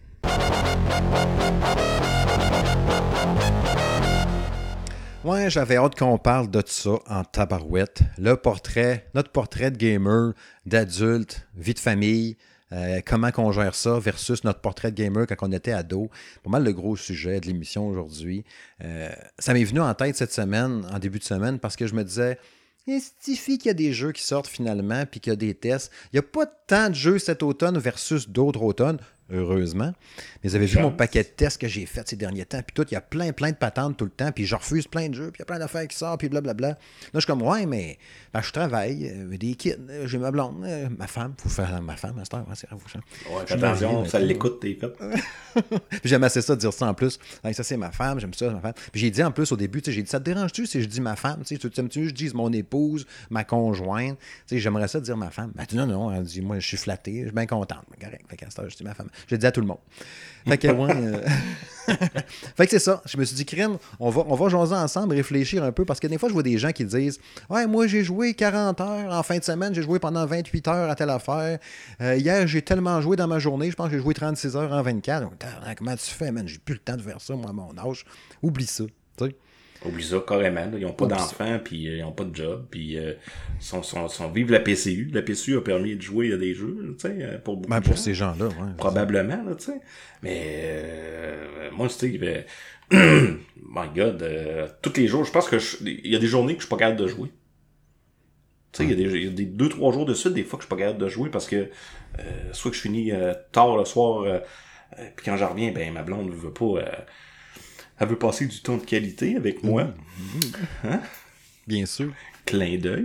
Ouais, j'avais hâte qu'on parle de ça en tabarouette. Notre portrait de gamer, d'adulte, vie de famille, comment qu'on gère ça versus notre portrait de gamer quand on était ado. Pas mal le gros sujet de l'émission aujourd'hui. Ça m'est venu en tête cette semaine, en début de semaine, parce que je me disais... Il suffit qu'il y a des jeux qui sortent finalement puis qu'il y a des tests. Il n'y a pas tant de jeux cet automne versus d'autres automnes, heureusement. Mais vous avez vu mon paquet de tests que j'ai fait ces derniers temps. Puis tout, il y a plein de patentes tout le temps. Puis je refuse plein de jeux. Puis il y a plein d'affaires qui sortent. Puis blablabla. Là, je suis comme, ouais, mais je travaille. Des kids. J'ai ma blonde. Ma femme. Faut faire ma femme à cette heure. C'est grave. Ouais, attention, ça l'écoute, t'es fait. Puis j'aime assez ça de dire ça en plus. Ça, c'est ma femme. J'aime ça, ma femme. Puis j'ai dit en plus au début, j'ai dit, ça te dérange-tu si je dis ma femme? Tu aimes-tu je dis mon épouse, ma conjointe? J'aimerais ça dire ma femme. Ben, non, elle dit, moi, je suis flatté. Je suis bien contente. Correct. Fait qu'à cette heure, je dis ma femme. Je dis à tout le monde. Fait que, fait que c'est ça. Je me suis dit, crème, on va jaser ensemble, réfléchir un peu, parce que des fois, je vois des gens qui disent, ouais, moi, j'ai joué 40 heures en fin de semaine, j'ai joué pendant 28 heures à telle affaire. Hier, j'ai tellement joué dans ma journée, je pense que j'ai joué 36 heures en 24. Donc, comment tu fais, man? J'ai plus le temps de faire ça, moi, à mon âge. Oublie ça, tu sais. Oublie ça carrément. Là. Ils n'ont pas d'enfants, puis ils n'ont pas de job, puis vivent la PCU. La PCU a permis de jouer à des jeux, tu sais, pour beaucoup de gens. Ces gens-là, ouais. Probablement, là, tu sais. Mais moi, Steve, my God, tous les jours, je pense que il y a des journées que je suis pas capable de jouer. Tu sais, il y a des 2-3 jours de suite, des fois que je suis pas capable de jouer parce que soit que je finis tard le soir, puis quand j'en reviens, ben ma blonde veut pas... elle veut passer du temps de qualité avec moi. Hein? Bien sûr. Clin d'œil.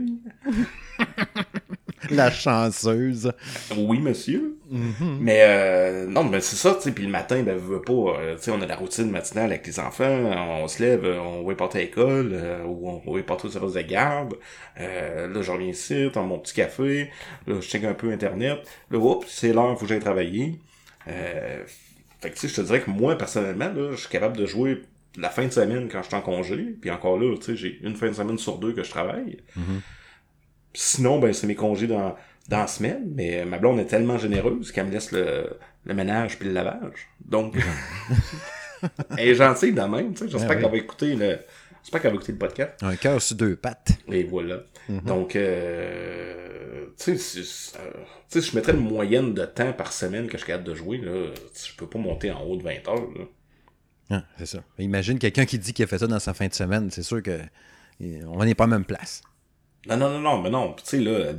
La chanceuse. Oui, monsieur. Mm-hmm. Mais non, mais c'est ça, tu sais. Puis le matin, ben, veut pas. Tu sais, on a la routine matinale avec les enfants. On se lève, on va les porter à l'école, ou on va les porter au service de garde. Là, je reviens ici, dans mon petit café. Là, je check un peu Internet. Là, oups, c'est l'heure, faut que j'aille travailler. Fait que tu sais, je te dirais que moi, personnellement, là, je suis capable de jouer la fin de semaine quand je suis en congé. Puis encore là, tu sais, j'ai une fin de semaine sur 2 que je travaille. Mm-hmm. Sinon, ben, c'est mes congés dans la semaine. Mais ma blonde est tellement généreuse qu'elle me laisse le ménage puis le lavage. Donc, elle est gentille de même, tu sais. J'espère qu'elle va écouter J'espère qu'elle va écouter le podcast. Un cœur sur deux pattes. Et voilà. Donc, tu sais, je mettrais une moyenne de temps par semaine que je suis capable de jouer. Là. Je peux pas monter en haut de 20 heures. Là. Ah, c'est ça. Imagine quelqu'un qui dit qu'il a fait ça dans sa fin de semaine. C'est sûr que on n'est pas à la même place. Non, mais non. Tu sais, là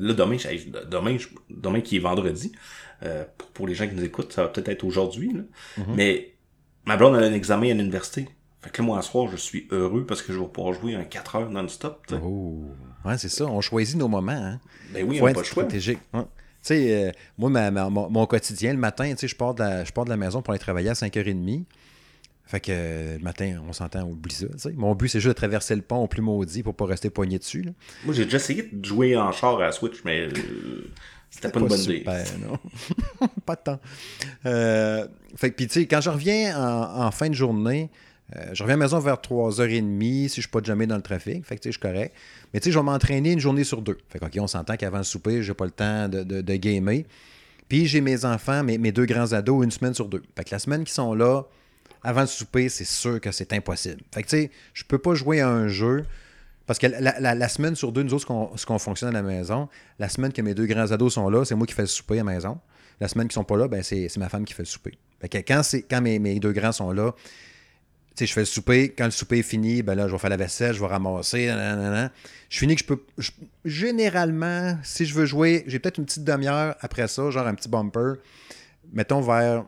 demain qui est vendredi, pour les gens qui nous écoutent, ça va peut-être être aujourd'hui. Là. Mais ma blonde a un examen à l'université. Fait que là, moi, à soir, je suis heureux parce que je vais pouvoir jouer un 4 heures non-stop. T'sais. Oh, ouais, c'est ça. On choisit nos moments. Hein. Ben oui, faut on n'a être pas le choix. stratégique. Ouais. Tu sais, moi, mon quotidien, le matin, tu sais, je pars de la maison pour aller travailler à 5h30. Fait que le matin, on s'entend, on oublie ça. T'sais. Mon but, c'est juste de traverser le pont au plus maudit pour pas rester poigné dessus. Là. Moi, j'ai déjà essayé de jouer en char à la Switch, mais c'était pas une bonne idée. Non. Pas de temps. Fait que, puis tu sais, quand je reviens en fin de journée, je reviens à la maison vers 3h30 si je suis pas jamais dans le trafic. Fait que tu sais, je suis correct. Mais tu sais, je vais m'entraîner une journée sur 2. Fait que, OK, on s'entend qu'avant le souper, j'ai pas le temps de gamer. Puis j'ai mes enfants, mes 2 grands ados, une semaine sur 2. Fait que la semaine qu'ils sont là, avant le souper, c'est sûr que c'est impossible. Fait que tu sais, je peux pas jouer à un jeu. Parce que la semaine sur 2, nous autres, ce qu'on fonctionne à la maison, la semaine que mes 2 grands ados sont là, c'est moi qui fais le souper à la maison. La semaine qu'ils sont pas là, ben c'est ma femme qui fait le souper. Fait que quand mes 2 grands sont là, tu sais, je fais le souper. Quand le souper est fini, ben là, je vais faire la vaisselle, je vais ramasser. Nanana. Je finis que généralement, si je veux jouer, j'ai peut-être une petite demi-heure après ça, genre un petit bumper. Mettons vers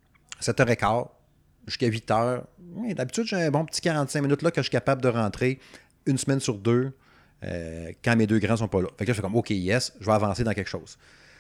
7h15 jusqu'à 8h. D'habitude, j'ai un bon petit 45 minutes là que je suis capable de rentrer une semaine sur 2 quand mes 2 grands sont pas là. Fait que là, je fais comme, OK, yes, je vais avancer dans quelque chose.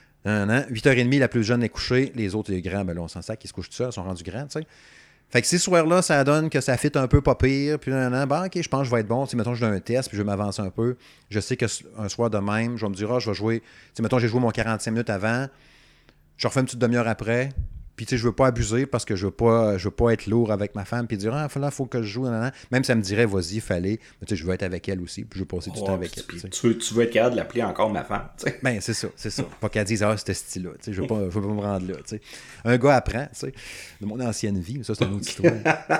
8h30, la plus jeune est couchée. Les autres, les grands, ben là, on s'en sac, ils se couchent tout seuls, ils sont rendus grands, tu sais. Fait que ces soirs-là, ça donne que ça fit un peu pas pire. Puis bon, OK, je pense que je vais être bon. Si, mettons, je donne un test, puis je vais m'avancer un peu. Je sais qu'un soir de même, je vais me dire, je vais jouer. Si, mettons, j'ai joué mon 45 minutes avant, je refais une petite demi-heure après. Puis, tu sais, je veux pas abuser parce que je veux pas être lourd avec ma femme. Puis dire, là, faut que je joue. Même si ça me dirait, vas-y, fallait. Mais tu sais, je veux être avec elle aussi. Puis, je veux passer du temps avec elle. Tu veux être capable de l'appeler encore ma femme. T'sais. Ben, c'est ça. Pas qu'elle dise, c'était ce style-là. Je veux pas me rendre là. T'sais. Un gars apprend, tu sais, de mon ancienne vie. Ça, c'est une autre histoire.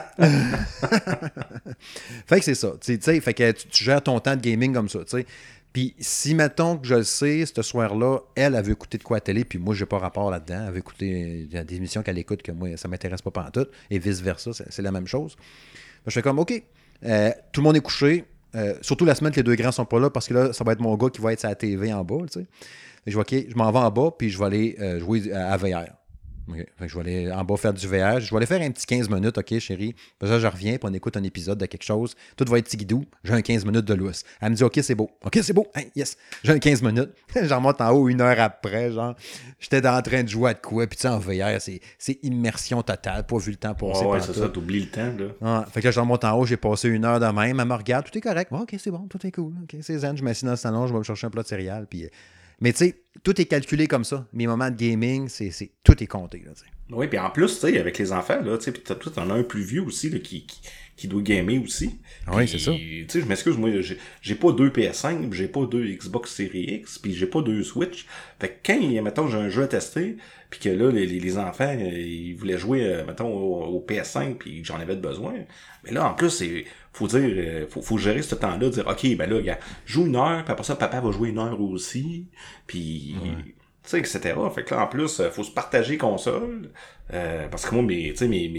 Fait que c'est ça. Tu sais, fait que tu gères ton temps de gaming comme ça. Tu sais. Puis si, mettons que je le sais, ce soir-là, elle veut écouter de quoi à la télé, puis moi, j'ai pas rapport là-dedans. Elle veut écouter des émissions qu'elle écoute que moi, ça m'intéresse pas pantoute, et vice-versa, c'est la même chose. Je fais comme, OK, tout le monde est couché, surtout la semaine que les 2 grands sont pas là, parce que là, ça va être mon gars qui va être sur la TV en bas, tu sais. Je vais, OK, je m'en vais en bas, puis je vais aller jouer à VR. Okay. Fait que je vais aller en bas faire du VR. Je vais aller faire un petit 15 minutes, OK, chérie. Puis ça, je reviens, puis on écoute un épisode de quelque chose. Tout va être tigidou. J'ai un 15 minutes de lousse. Elle me dit, OK, c'est beau. OK, c'est beau. Hey, yes. J'ai un 15 minutes. J'en monte en haut 1 heure après, genre. J'étais en train de jouer à de quoi. Puis tu sais, en VR, c'est immersion totale. Pas vu le temps passer. Ouais, c'est ça. T'oublies le temps, là. Ah, fait que là, j'en monte en haut. J'ai passé 1 heure de même. Elle me regarde. Tout est correct. OK, c'est bon. Tout est cool. OK, c'est zen. Je m'assieds dans le salon. Je vais me chercher un plat de céréales. Puis... Mais tu sais, tout est calculé comme ça. Mes moments de gaming, tout est compté, là, tu sais. Oui, puis en plus, tu sais, avec les enfants, là, tu sais, puis t'en as un plus vieux aussi, là, qui doit gamer aussi. Oui, c'est ça. Tu sais, je m'excuse, moi, j'ai pas 2 PS5, j'ai pas 2 Xbox Series X, puis j'ai pas 2 Switch. Fait que quand, mettons, j'ai un jeu à tester, puis que là, les enfants, ils voulaient jouer, mettons, au PS5, puis j'en avais besoin. Mais là, en plus, faut gérer ce temps-là, dire, OK, ben là, gars, joue 1 heure, puis après ça, papa va jouer 1 heure aussi, puis... Ouais. Tu sais, etc. Fait que là, en plus, faut se partager console. Parce que moi, mes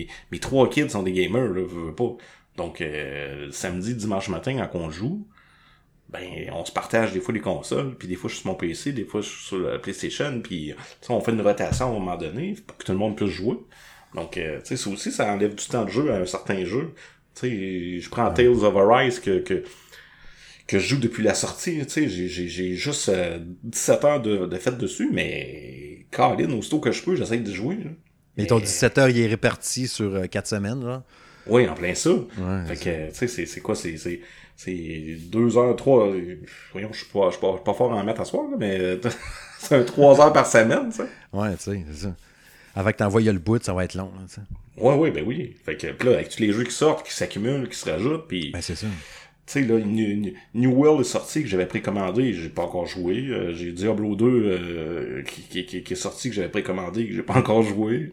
3 kids sont des gamers, là, je veux pas. Donc, samedi, dimanche matin, quand on joue, ben, on se partage des fois les consoles, puis des fois je suis sur mon PC, des fois je suis sur la PlayStation, puis on fait une rotation à un moment donné, pour que tout le monde puisse jouer. Donc, tu sais, ça aussi, ça enlève du temps de jeu à un certain jeu. Tu sais, je prends Tales of Arise que je joue depuis la sortie, tu sais, j'ai juste 17 heures de fait dessus, mais Colin, aussitôt que je peux, j'essaie de jouer. Là. Mais ton 17 heures, il est réparti sur 4 semaines, là? Oui, en plein ça. Ouais, fait que, tu sais, c'est quoi, c'est 2 heures, 3... Voyons, je suis pas fort à en mettre à soir, là, mais c'est 3 heures par semaine, tu sais. Ouais, tu sais, c'est ça. Avant que t'envoies le bout, ça va être long, là, tu sais. Ouais, ben oui. Fait que, pis là, avec tous les jeux qui sortent, qui s'accumulent, qui se rajoutent, pis... Ben, c'est ça. Tu sais, là, New World est sorti, que j'avais précommandé, j'ai pas encore joué. J'ai Diablo 2 qui est sorti, que j'avais précommandé, que j'ai pas encore joué.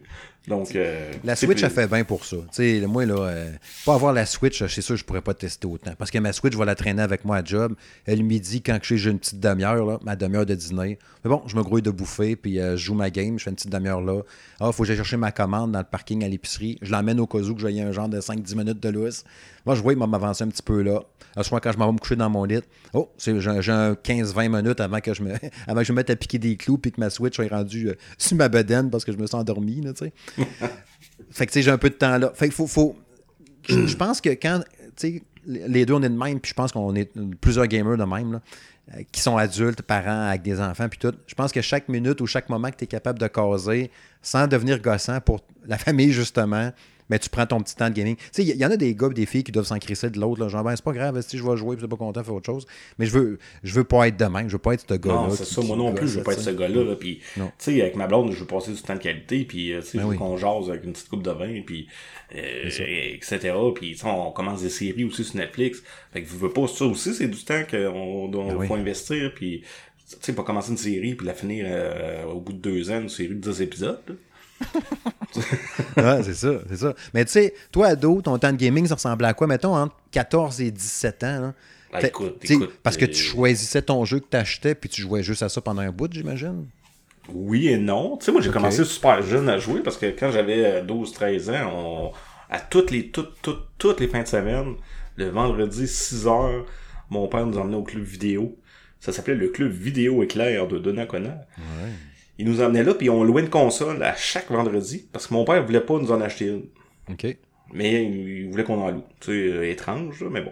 Donc, la Switch, elle fait bien pour ça. Tu sais, moi, là, pas avoir la Switch, c'est sûr que je pourrais pas tester autant. Parce que ma Switch, je vais la traîner avec moi à job. Le midi, quand j'ai une petite demi-heure, là, ma demi-heure de dîner. Mais bon, je me grouille de bouffer, puis je joue ma game, je fais une petite demi-heure là. Ah, il faut que j'aille chercher ma commande dans le parking à l'épicerie. Je l'emmène au cas où que j'ai un genre de 5-10 minutes de lousse. Moi, je vois, il m'a avancé un petit peu là. Souvent, quand je m'en vais me coucher dans mon lit, j'ai un 15-20 minutes avant que je me mette à piquer des clous puis que ma Switch soit rendue sur ma bedaine parce que je me suis endormi, tu sais. Fait que, tu sais, j'ai un peu de temps là. Fait que je pense que quand, tu sais, les deux, on est de même, puis je pense qu'on est plusieurs gamers de même, là, qui sont adultes, parents, avec des enfants, puis tout. Je pense que chaque minute ou chaque moment que tu es capable de caser, sans devenir gossant pour la famille, justement, mais tu prends ton petit temps de gaming. Tu sais, il y en a des gars et des filles qui doivent s'en crisser de l'autre. Là, genre, ben, c'est pas grave, si je vais jouer et c'est pas content, faire autre chose. Mais je veux pas être de même. Je veux pas être ce gars-là. Non, c'est ça. Moi non plus, je veux pas être ce gars-là. Puis, tu sais, avec ma blonde, je veux passer du temps de qualité. Puis, tu sais, je veux qu'on jase avec une petite coupe de vin. Puis, etc. Puis, on commence des séries aussi sur Netflix. Fait que je veux pas ça aussi. C'est du temps qu'on faut investir. Puis, tu sais, pas commencer une série puis la finir au bout de 2 ans, une série de 10 épisodes. Là. Ouais, c'est ça. Mais tu sais, toi, ado, ton temps de gaming, ça ressemblait à quoi? Mettons, entre 14 et 17 ans. Là. Ben, écoute, parce que tu choisissais ton jeu que tu achetais puis tu jouais juste à ça pendant un bout, j'imagine? Oui et non. Tu sais, moi, j'ai commencé super jeune à jouer parce que quand j'avais 12-13 ans, à toutes les fins de semaine, le vendredi 6h, mon père nous emmenait au club vidéo. Ça s'appelait le club vidéo éclair de Donnacona. Ouais. Il nous emmenait là, puis on louait une console à chaque vendredi, parce que mon père voulait pas nous en acheter une. OK. Mais il voulait qu'on en loue. Tu sais, étrange, là, mais bon.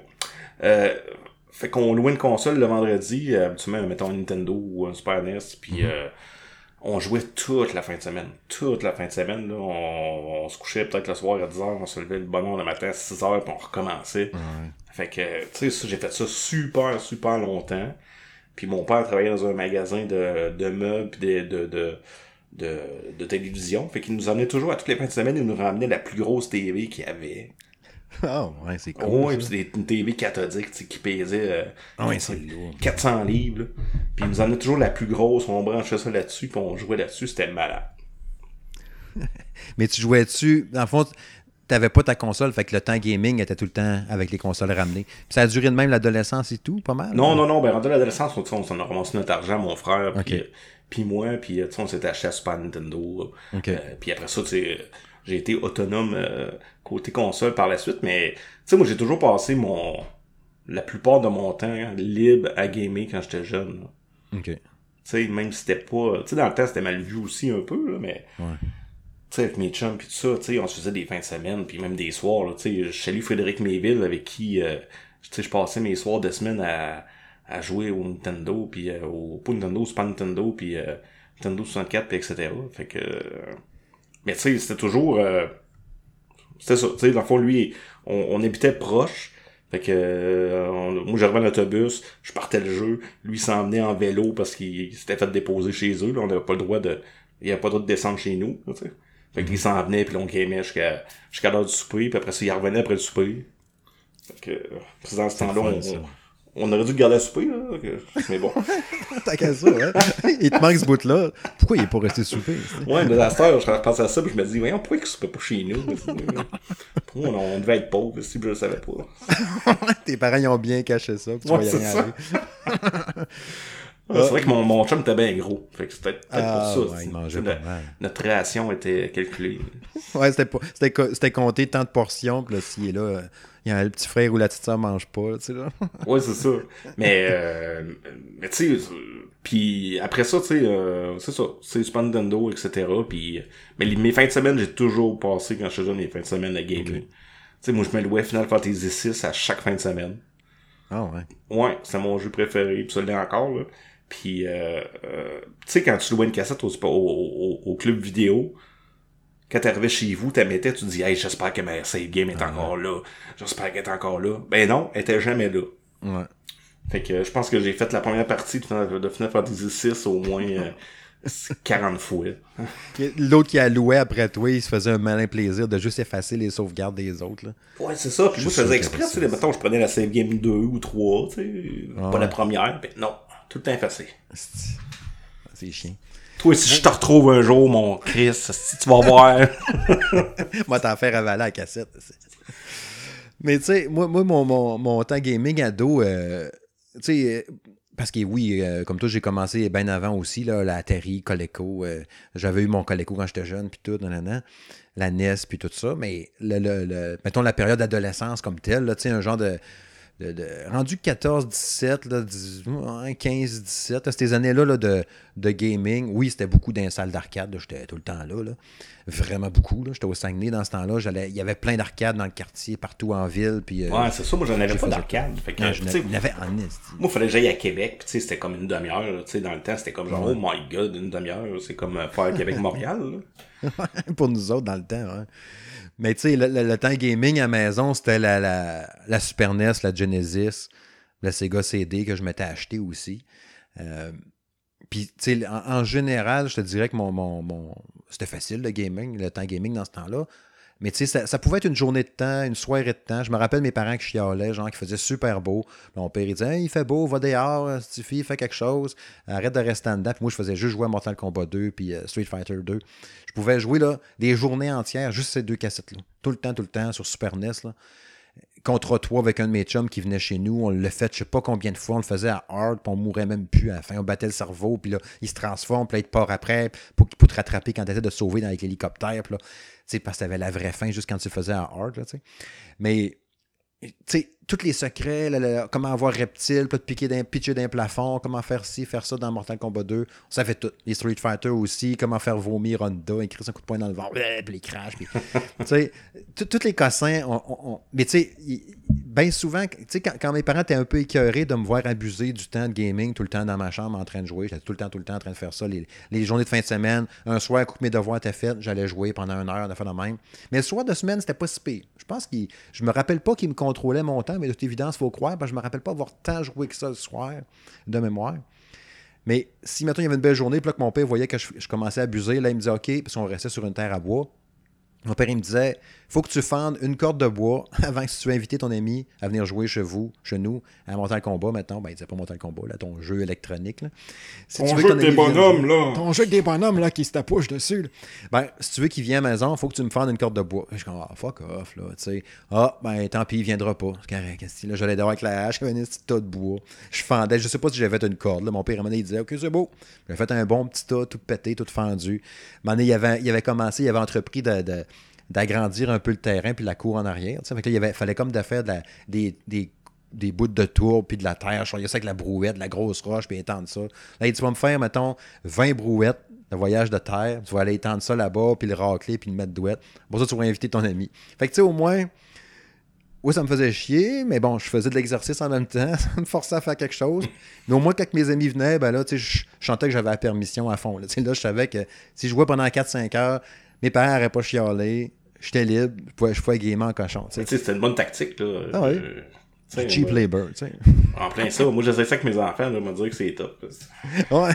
Fait qu'on louait une console le vendredi, habituellement, mettons un Nintendo ou un Super NES, puis on jouait toute la fin de semaine. Toute la fin de semaine, là, on se couchait peut-être le soir à 10h, on se levait le bonheur le matin à 6h, puis on recommençait. Ouais. Fait que, tu sais, j'ai fait ça super, super longtemps. Puis mon père travaillait dans un magasin de meubles pis de télévision. Fait qu'il nous emmenait toujours à toutes les fins de semaine, il nous ramenait la plus grosse TV qu'il y avait. Oh, ouais, c'est cool. Ouais, pis c'était une TV cathodique, tu sais, qui pesait 400 livres. Là. Puis il nous emmenait toujours la plus grosse, on branchait ça là-dessus, puis on jouait là-dessus, c'était malade. Mais tu jouais dessus, dans le fond, t'avais pas ta console, fait que le temps gaming était tout le temps avec les consoles ramenées. Puis ça a duré de même l'adolescence et tout, pas mal? Non, ben rendu l'adolescence, on s'en a ramassé notre argent, mon frère, puis moi, puis on s'était acheté à Super Nintendo. Puis après ça, tu sais, j'ai été autonome côté console par la suite, mais tu sais, moi j'ai toujours passé la plupart de mon temps libre à gamer quand j'étais jeune. Là. OK. Tu sais, même si c'était pas... Tu sais, dans le temps, c'était mal vu aussi un peu, là, mais... Ouais. Tu sais, avec mes chums pis tout ça, tu sais, on se faisait des fins de semaine, puis même des soirs, là, tu sais, je salue Frédéric Méville, avec qui, tu sais, je passais mes soirs de semaine à jouer au Nintendo, puis pas Nintendo, Super Nintendo, puis Nintendo 64, puis etc. Fait que... mais tu sais, c'était toujours... c'était ça, tu sais, dans le fond, lui, on habitait proche, fait que moi, j'arrivais en autobus, je partais le jeu, lui s'en venait en vélo parce qu'il s'était fait déposer chez eux, là, on n'avait pas le droit de... Il n'y avait pas le droit de descendre chez nous, tu sais. Fait qu'il s'en venait, puis là, on gamait jusqu'à l'heure du souper, puis après ça, il revenait après le souper. Fait que, dans ce temps-là, on aurait dû le garder à souper, là, mais bon. T'as qu'à ça, hein? Il te manque ce bout-là. Pourquoi il est pas resté souper? Ouais, mais à cette heure, je pense à ça, puis je me dis, voyons, pourquoi il ne soupait pas chez nous? Pour moi, on devait être pauvres, si je le savais pas. Tes parents, ils ont bien caché ça, puis tu vas y aller. C'est vrai que mon chum était bien gros. Fait que c'était peut-être pour ça. Ouais, il mangeait pas mal. Notre ration était calculée. Ouais, c'était compté tant de portions, puis là, s'il est là, il y a le petit frère ou la petite sœur mange pas, tu sais, là. Ouais, c'est ça. Mais tu sais, puis après ça, tu sais, c'est ça. C'est Super Nintendo, etc. Puis, mais mes fins de semaine, j'ai toujours passé, quand j'étais jeune, les fins de semaine à gaming. Tu sais, moi, je me louais Final Fantasy VI à chaque fin de semaine. Ah ouais. Ouais, c'est mon jeu préféré, puis ça l'est encore, là. Puis, tu sais, quand tu louais une cassette au club vidéo, quand t'arrivais chez vous, t'as mettais, tu te dis, hey, j'espère que ma save game est encore là. J'espère qu'elle est encore là. Ben non, elle était jamais là. Ouais. Fait que je pense que j'ai fait la première partie de Final Fantasy VI au moins 40 fois. L'autre qui a loué après toi, il se faisait un malin plaisir de juste effacer les sauvegardes des autres, là. Ouais, c'est ça. Puis moi, je faisais exprès, tu sais, mettons, je prenais la save game 2 ou 3, tu sais, pas la première, ben non. Tout le temps effacé. c'est chiant. Toi, si je te retrouve un jour, mon Chris, si tu vas voir. Moi, t'en faire avaler la cassette. Mais tu sais, moi mon temps gaming ado, tu sais, parce que oui, comme toi, j'ai commencé bien avant aussi, là, la Atari, Coleco. J'avais eu mon Coleco quand j'étais jeune, puis tout, la NES, puis tout ça. Mais mettons la période d'adolescence comme telle, là, tu sais, un genre de rendu 14, 17, là, 15, 17, là, ces années-là là, de gaming, oui, c'était beaucoup dans les salles d'arcade, là, j'étais tout le temps là. Vraiment beaucoup, là. J'étais au Saguenay dans ce temps-là, il y avait plein d'arcades dans le quartier, partout en ville, puis... ouais, c'est ça, moi j'en avais pas d'arcade. Fait que, j'en avais en est. Moi, il fallait que j'aille à Québec, puis tu sais, c'était comme une demi-heure, tu sais, dans le temps, c'était comme genre, oh my god, une demi-heure, c'est comme faire Québec-Montréal, pour nous autres, dans le temps, ouais. Mais tu sais, le temps gaming à la maison, c'était la Super NES, la Genesis, la Sega CD que je m'étais acheté aussi. Puis, tu sais, en général, je te dirais que c'était facile, le gaming, le temps gaming dans ce temps-là. Mais tu sais, ça pouvait être une journée de temps, une soirée de temps. Je me rappelle mes parents qui chialaient, genre, qui faisaient super beau. Mon père, il disait, hey, il fait beau, va dehors, si tu fais, fais quelque chose. Arrête de rester en dedans. Puis moi, je faisais juste jouer à Mortal Kombat 2 puis Street Fighter 2. Je pouvais jouer là, des journées entières, juste ces deux cassettes-là. Tout le temps, sur Super NES, là. Contre toi avec un de mes chums qui venait chez nous. On l'a fait je sais pas combien de fois. On le faisait à hard, puis on mourait même plus à la fin. On battait le cerveau, puis là, il se transforme, puis là, il te part après pour te rattraper quand tu essaies de te sauver avec l'hélicoptère. Puis là, tu sais, parce que t'avais la vraie fin juste quand tu le faisais à hard, là, tu sais. Mais, tu sais, tous les secrets, comment avoir reptile, puis pitcher d'un plafond, comment faire ci, faire ça dans Mortal Kombat 2, on savait tout. Les Street Fighter aussi, comment faire vomir Honda, écrire un coup de poing dans le ventre, puis les crashs, puis, tu sais, tous les cossins, mais tu sais, bien souvent, tu sais, quand mes parents étaient un peu écœurés de me voir abuser du temps de gaming tout le temps dans ma chambre en train de jouer, j'étais tout le temps en train de faire ça, les journées de fin de semaine, un soir, coup que mes devoirs étaient faits, j'allais jouer pendant 1 heure, de faire de même. Mais le soir de semaine, c'était pas si pire. Je pense je me rappelle pas qu'il me contrôlait mon temps, mais de toute évidence, il faut croire, parce que je me rappelle pas avoir tant joué que ça le soir, de mémoire. Mais si, mettons, il y avait une belle journée, puis là, que mon père voyait que je commençais à abuser, là, il me disait, OK, parce qu'on restait sur une terre à bois. Mon père, il me disait, faut que tu fendes une corde de bois avant que si tu veux inviter ton ami à venir jouer chez nous, à Mortal Kombat, maintenant. Ben, il disait pas Mortal Kombat, là, ton jeu électronique, là. Si ton jeu avec des bonhommes, là. Ton jeu avec des bonhommes, là, qui se tapouchent dessus, là. Ben, si tu veux qu'il vienne à la maison, faut que tu me fendes une corde de bois. Je suis comme, fuck off, là, tu sais. Ben, tant pis, il viendra pas. C'est correct. Là, j'allais dehors avec la hache, j'avais un petit tas de bois. Je fendais, je sais pas si j'avais fait une corde, là. Mon père, à un moment donné, il disait, OK, c'est beau. J'avais fait un bon petit tas, tout pété, tout fendu. À un moment donné, il avait entrepris d'agrandir un peu le terrain puis la cour en arrière. Fait que là, fallait comme de faire des bouts de tour puis de la terre. Je voyais ça avec la brouette, la grosse roche, puis étendre ça. Là, il dit, tu vas me faire, mettons, 20 brouettes de voyage de terre. Tu vas aller étendre ça là-bas, puis le racler, puis le mettre douette. Pour ça, tu vas inviter ton ami. Fait que, tu sais, au moins, oui, ça me faisait chier, mais bon, je faisais de l'exercice en même temps. Ça me forçait à faire quelque chose. Mais au moins, quand mes amis venaient, ben là, tu sais, je sentais que j'avais la permission à fond. Là, je savais que si je jouais pendant 4-5 heures, mes parents n'auraient pas chialé. J'étais libre, je pouvais gamer en cochon. C'était une bonne tactique, là. Ah oui. Cheap labor, tu sais. En plein ça. Moi, j'essaie ça avec mes enfants, là, me dire que c'est top. Ouais.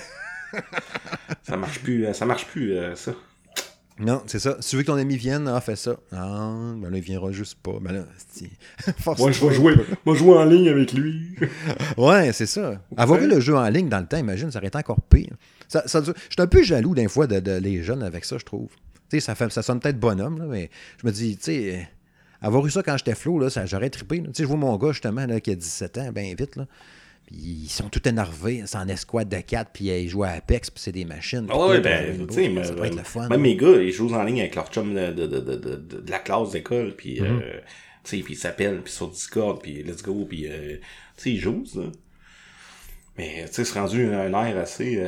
Ça marche plus, ça. Non, c'est ça. Si tu veux que ton ami vienne, fais ça. Ah, ben là, il viendra juste pas. Ben là, moi, je vais jouer en ligne avec lui. Ouais, c'est ça. Avoir eu le jeu en ligne dans le temps, imagine, ça aurait été encore pire. Je suis un peu jaloux d'un fois de les jeunes avec ça, je trouve. Tu sais, ça sonne peut-être bonhomme, là, mais je me dis, tu sais, avoir eu ça quand j'étais flow, là, j'aurais trippé. Tu sais, je vois mon gars, justement, là, qui a 17 ans, bien vite, là. Puis ils sont tout énervés, c'est en escouade de 4, puis ils jouent à Apex, puis c'est des machines. Ah ouais, ben, tu sais, ça pourrait être le fun. Même mes gars, ils jouent en ligne avec leur chum de la classe d'école, puis, tu sais, puis ils s'appellent, puis sur Discord, puis let's go, puis, tu sais, ils jouent, ça. Mais, tu sais, c'est rendu un air assez...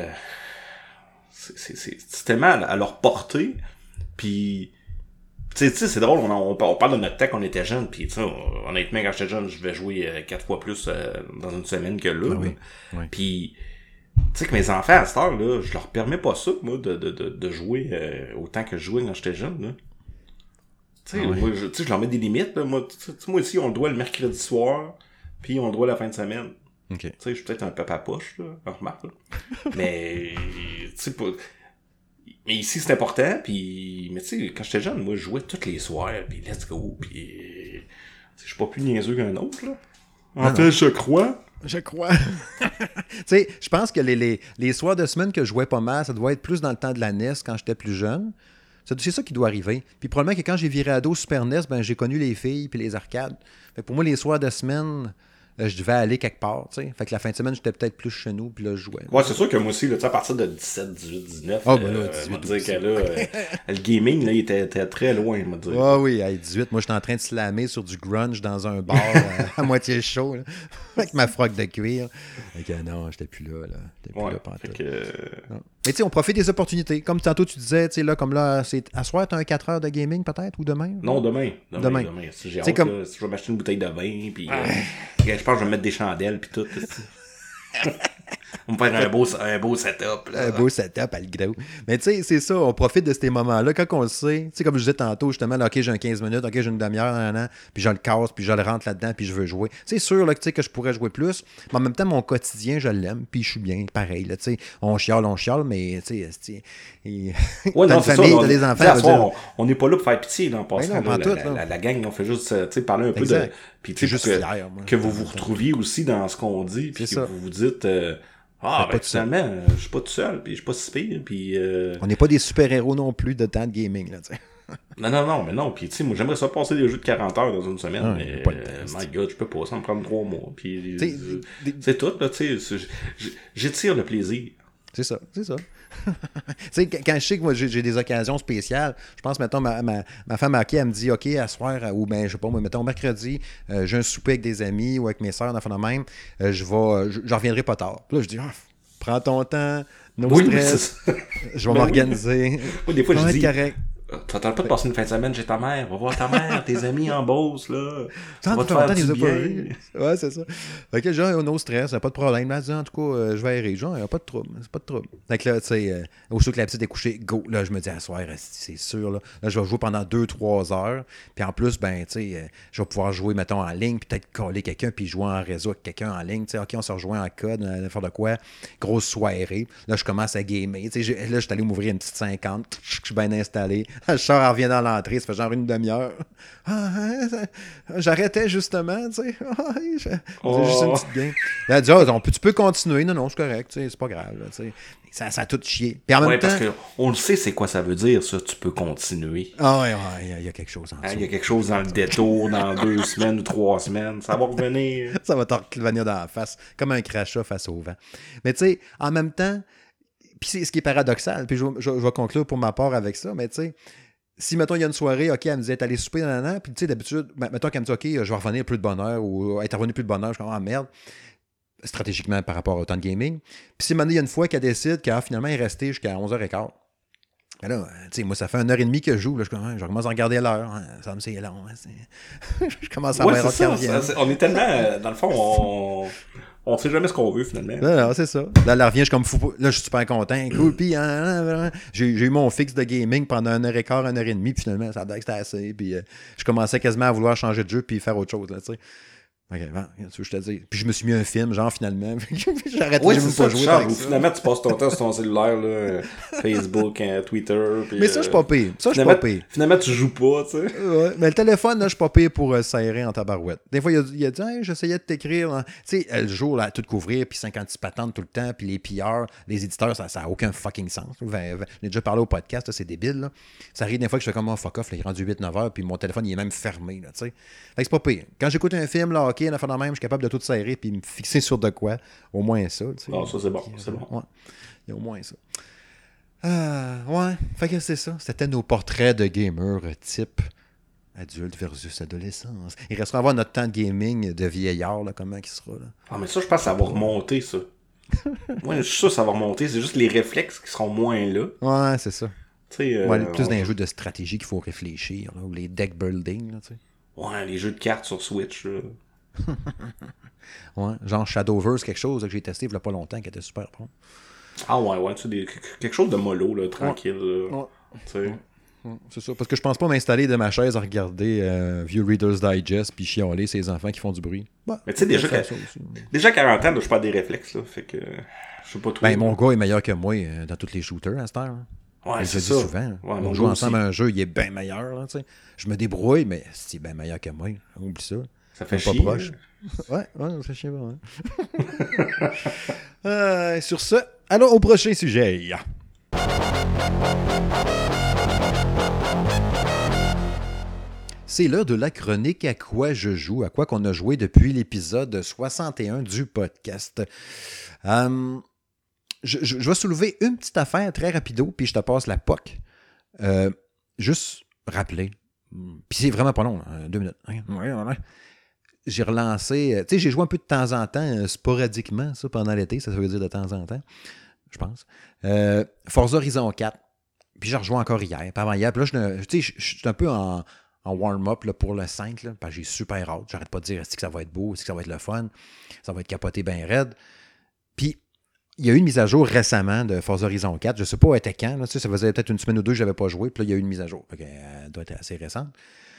c'est tellement à leur portée. Puis, tu sais, c'est drôle, on parle de notre temps quand on était jeune, puis tu sais, honnêtement, quand j'étais jeune, je vais jouer 4 fois plus dans une semaine que là. Ah oui. Oui. Puis, tu sais que mes enfants, à cette heure, là, je leur permets pas ça, moi, de jouer autant que je jouais quand j'étais jeune, là. Tu sais, moi, je leur mets des limites, là. Moi aussi, on le doit le mercredi soir, puis on le doit la fin de semaine. Okay. Tu sais, je suis peut-être un peu à poche, là, en remarque, là. Mais, tu sais, mais ici, c'est important, puis... Mais tu sais, quand j'étais jeune, moi, je jouais tous les soirs, puis let's go, puis... Je suis pas plus niaiseux qu'un autre, là. En fait, je crois. Je crois. Tu sais, je pense que les soirs de semaine que je jouais pas mal, ça doit être plus dans le temps de la NES quand j'étais plus jeune. C'est ça qui doit arriver. Puis probablement que quand j'ai viré ado Super NES, ben, j'ai connu les filles puis les arcades. Fait que pour moi, les soirs de semaine, je devais aller quelque part. T'sais. Fait que la fin de semaine, j'étais peut-être plus chez nous, puis là, je jouais. Ouais, c'est sûr que moi aussi, là, à partir de 17, 18, 19, ben là, 18 on va dire que là, le gaming, là, il était très loin, on va dire. Ah oui, à 18, moi, j'étais en train de slammer sur du grunge dans un bar à moitié chaud, là, avec ma froc de cuir. Fait que non, j'étais plus là. J'étais plus là pantoute. Non. Mais tu sais, on profite des opportunités. Comme tantôt, tu disais, tu sais, là, comme là, c'est à soir, t'as un 4 heures de gaming peut-être, ou demain? Non, demain. Si j'ai hâte, comme... si je vais m'acheter une bouteille de vin, puis je pense que je vais me mettre des chandelles, puis tout. On va faire un beau setup. Là. Un beau setup à le gros. Mais tu sais, c'est ça, on profite de ces moments-là. Quand on le sait, tu sais, comme je disais tantôt, justement, là, OK, j'ai un 15 minutes, OK, j'ai une demi-heure, puis je le casse, puis je le rentre là-dedans, puis je veux jouer. C'est sûr là, que je pourrais jouer plus, mais en même temps, mon quotidien, je l'aime, puis je suis bien, pareil. Là, on chiale, mais tu sais, ouais, t'as non, une famille, ça, t'as des enfants. On n'est pas là pour faire pitié, là, en passant. Non, La gang, on fait juste parler un peu de... Puis tu sais, que vous vous retrouviez aussi dans ce qu'on dit, puis que vous vous dites... finalement, je suis pas tout seul, puis je suis pas si pire, puis... On n'est pas des super-héros non plus de temps de gaming, là, tu sais. non, puis tu sais, moi j'aimerais ça passer des jeux de 40 heures dans une semaine, mais my god, je peux pas, ça me prendre 3 mois, puis c'est tout, là, tu sais, j'étire le plaisir. C'est ça. Tu sais, quand je sais que moi j'ai des occasions spéciales, je pense, mettons, ma femme à qui elle me dit, OK, à soir, ou ben, je sais pas, moi, mettons, mercredi, j'ai un souper avec des amis ou avec mes sœurs, d'enfants de même, je reviendrai pas tard. Puis là, je dis, prends ton temps, stress, je vais m'organiser. Oui, des fois, je dis, correct. T'attends pas de passer une fin de semaine chez ta mère. Va voir ta mère, tes amis en Beauce, là. Ça va te faire du bien. Ouais, c'est ça. Fait que genre, no stress, pas de problème. Là, en tout cas, je vais errer. Genre, il n'y a pas de trouble. C'est pas de trouble. Fait que là, tu sais, aussitôt que la petite est couchée, go. Là, je me dis, à soir, c'est sûr. Là, je vais jouer pendant 2-3 heures. Puis en plus, ben, tu sais, je vais pouvoir jouer, mettons, en ligne, puis peut-être coller quelqu'un, puis jouer en réseau avec quelqu'un en ligne. Tu sais, OK, on se rejoint en code, faire de quoi. Grosse soirée. Là, je commence à gamer. Tu sais, là, je suis allé m'ouvrir une petite 50. Je suis bien installé. Le char revient dans l'entrée, ça fait genre une demi-heure. J'arrêtais justement, tu sais. C'est juste une petite game. Là, elle dit, tu peux continuer. Non, c'est correct, c'est pas grave. Tu sais. Ça a tout chié. Puis en même temps, parce qu'on le sait, c'est quoi ça veut dire, ça, tu peux continuer. Ah ouais, il y a quelque chose en dessous. Il y a quelque chose dans le détour, dans 2 semaines ou 3 semaines. Ça va revenir. Ça va te revenir dans la face, comme un crachat face au vent. Mais tu sais, en même temps, puis c'est ce qui est paradoxal, puis je vais conclure pour ma part avec ça, mais tu sais, si, mettons, il y a une soirée, OK, elle me disait, t'es allé souper, puis tu sais, d'habitude, mettons qu'elle me dit, OK, je vais revenir plus de bonne heure, ou être revenu plus de bonne heure, je suis comme, merde, stratégiquement par rapport au temps de gaming. Puis si, maintenant, il y a une fois qu'elle décide qu'elle finalement est restée jusqu'à 11h15, ben là, tu sais, moi, ça fait 1h30 que je joue, là, je commence à regarder l'heure, ça me c'est long, je commence à voir on est tellement, dans le fond, on sait jamais ce qu'on veut, finalement. Non, c'est ça. Là, elle revient, je suis comme fou. Là, je suis super content. Cool. Puis, j'ai eu mon fixe de gaming pendant 1h15, 1h30. Puis finalement, ça a l'air que c'était assez. Puis, je commençais quasiment à vouloir changer de jeu puis faire autre chose, là, tu sais. Ok, tu veux je te dis. Puis je me suis mis un film, genre, finalement. J'arrête de même pas jouer avec ça. Finalement, tu passes ton temps sur ton cellulaire, là, Facebook, Twitter. Puis, mais ça, je suis pas pire. Finalement, tu joues pas, tu sais. Ouais, mais le téléphone, là, je suis pas pire pour s'aérer en tabarouette. Des fois, il a dit, hey, j'essayais de t'écrire. Hein. Tu sais, le jour, là, à tout couvrir, puis 56 patentes tout le temps, puis les PR, les éditeurs, ça a aucun fucking sens. J'ai déjà parlé au podcast, là, c'est débile, là. Ça arrive des fois que je fais comme, fuck off, là, il est rendu 8-9 heures, puis mon téléphone, il est même fermé, là, tu sais. Fait que c'est pas pire. Quand j'écoute un film, là, OK, la fin de même, je suis capable de tout serrer puis me fixer sur de quoi. Au moins ça. Tu sais. Ah, ça, c'est bon. C'est bon. Ouais. Il y a au moins ça. Ouais. Fait que c'est ça. C'était nos portraits de gamers type adulte versus adolescence. Il restera à voir notre temps de gaming de vieillard, là, comment il sera. Là. Ah, mais ça, je pense que ça va remonter, ça. Ouais, je suis sûr que ça va remonter. C'est juste les réflexes qui seront moins là. Ouais, c'est ça. Ouais, plus dans les jeux de stratégie qu'il faut réfléchir, là, ou les deck building. Là, tu sais. Ouais, les jeux de cartes sur Switch, là. Ouais, genre Shadowverse, quelque chose que j'ai testé il y a pas longtemps qui était super bon. Ah ouais, tu sais, quelque chose de mollo, là, tranquille. Ouais. C'est ça, parce que je pense pas m'installer de ma chaise à regarder View Reader's Digest puis chialer ces enfants qui font du bruit. Bah, mais tu sais, déjà 40 ans, là, je perds des réflexes, là, fait que je sais pas trop. Ben, mon gars est meilleur que moi dans tous les shooters à cette heure. Ouais, je c'est le dis ça. souvent. Ouais, on joue ensemble à un jeu, il est bien meilleur. Là, je me débrouille, mais c'est bien meilleur que moi. Oublie ça. Ça fait pas chier. Proche. Ouais, ça fait chier. Ouais. Sur ce, allons au prochain sujet. C'est l'heure de la chronique à quoi je joue, à quoi qu'on a joué depuis l'épisode 61 du podcast. Je vais soulever une petite affaire très rapido, puis je te passe la POC. Juste rappeler, puis c'est vraiment pas long, 2 minutes. J'ai relancé, tu sais, j'ai joué un peu de temps en temps, sporadiquement, ça, pendant l'été, ça veut dire de temps en temps, je pense. Forza Horizon 4, puis j'ai rejoint encore hier, pas avant hier, puis là, je suis un peu en warm-up là, pour le 5, là, parce que j'ai super hâte. J'arrête pas de dire est-ce que ça va être beau, est-ce que ça va être le fun, ça va être capoté bien raide. Puis, il y a eu une mise à jour récemment de Forza Horizon 4. Je ne sais pas où elle était quand. Là, ça faisait peut-être une semaine ou deux que je n'avais pas joué. Puis là, il y a eu une mise à jour. Elle doit être assez récente.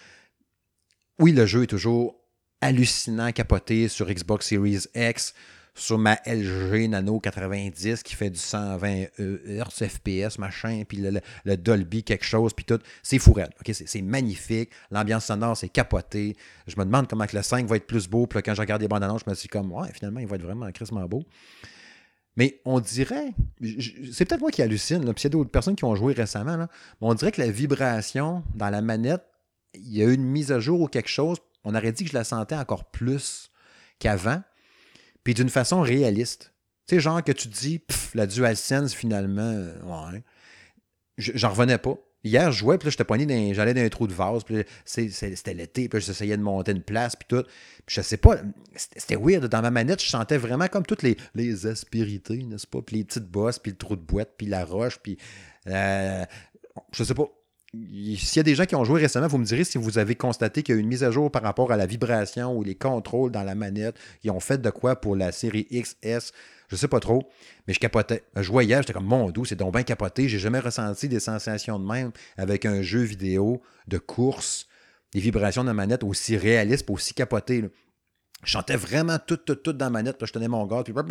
Oui, le jeu est toujours hallucinant, capoté sur Xbox Series X, sur ma LG Nano 90 qui fait du 120 Hz FPS, machin, puis le Dolby quelque chose, puis tout. C'est fou raide. Okay? C'est magnifique. L'ambiance sonore, c'est capoté. Je me demande comment que le 5 va être plus beau. Puis là, quand je regarde les bandes annonces, je me suis comme, ouais, finalement, il va être vraiment crissement beau. Mais on dirait, c'est peut-être moi qui hallucine, là, puis il y a d'autres personnes qui ont joué récemment, là, mais on dirait que la vibration dans la manette, il y a eu une mise à jour ou quelque chose, on aurait dit que je la sentais encore plus qu'avant, puis d'une façon réaliste. Tu sais, genre que tu te dis, la DualSense, finalement, ouais. J'en revenais pas. Hier, je jouais, puis là, j'étais poigné j'allais dans un trou de vase, puis c'était l'été, puis j'essayais de monter une place, puis tout. Puis je sais pas, c'était weird. Dans ma manette, je sentais vraiment comme toutes les aspérités, n'est-ce pas? Puis les petites bosses, puis le trou de boîte, puis la roche, puis... je sais pas. S'il y a des gens qui ont joué récemment, vous me direz si vous avez constaté qu'il y a eu une mise à jour par rapport à la vibration ou les contrôles dans la manette. Ils ont fait de quoi pour la série XS? Je sais pas trop, mais je capotais. Je jouais hier, j'étais comme, mon Dieu, c'est donc bien capoté. J'ai jamais ressenti des sensations de même avec un jeu vidéo de course, des vibrations de la manette aussi réalistes, aussi capotées. Là. Je chantais vraiment tout dans la manette, puis je tenais mon gars, puis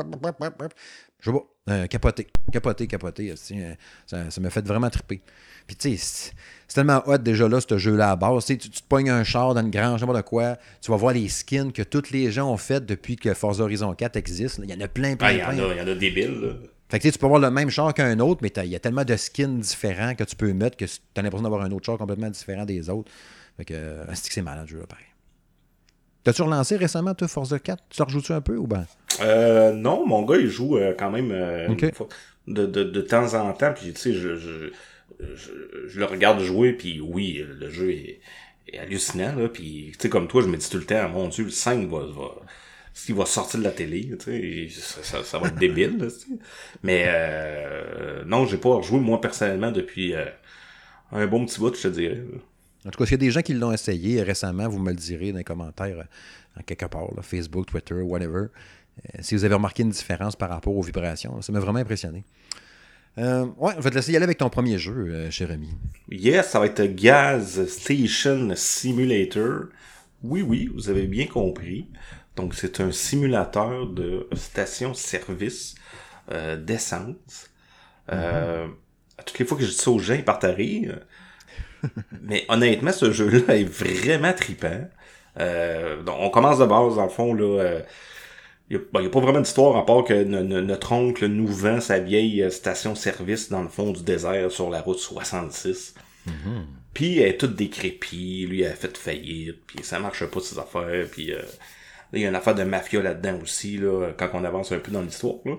je sais pas, capoté. Ça m'a fait vraiment triper. Puis tu sais, c'est tellement hot déjà là, ce jeu-là à base. Tu te pognes un char dans une grange, je sais pas de quoi, tu vas voir les skins que tous les gens ont fait depuis que Forza Horizon 4 existe. Il y en a plein. Il y en a débiles, là. Fait que tu peux avoir le même char qu'un autre, mais il y a tellement de skins différents que tu peux mettre que tu as l'impression d'avoir un autre char complètement différent des autres. Fait que c'est malade, le jeu, là, pareil. T'as-tu relancé récemment, toi, Forza 4? Tu rejoues-tu un peu ou ben? Non, mon gars, il joue quand même okay. de temps en temps. Puis, tu sais, je le regarde jouer, puis oui, le jeu est hallucinant. Là, puis, tu sais, comme toi, je me dis tout le temps, mon Dieu, le 5 s'il va sortir de la télé, tu sais, ça va être débile. Là, mais non, j'ai pas rejoué, moi, personnellement, depuis un bon petit bout, je te dirais. Là. En tout cas, s'il y a des gens qui l'ont essayé récemment, vous me le direz dans les commentaires, en quelque part, là, Facebook, Twitter, whatever. Si vous avez remarqué une différence par rapport aux vibrations, là, ça m'a vraiment impressionné. Ouais, je vais te laisser y aller avec ton premier jeu, cher ami. Yes, ça va être Gas Station Simulator. Oui, vous avez bien compris. Donc, c'est un simulateur de station-service d'essence. Toutes les fois que je dis ça aux gens, ils partent à rire. Mais honnêtement, ce jeu-là est vraiment trippant. Donc, on commence de base, dans le fond, là. Il n'y a pas vraiment d'histoire à part que notre oncle nous vend sa vieille station-service dans le fond du désert sur la route 66. Puis elle est toute décrépite, lui elle a fait faillite, puis ça marche pas ses affaires, puis là, il y a une affaire de mafia là-dedans aussi, là, quand on avance un peu dans l'histoire. Là.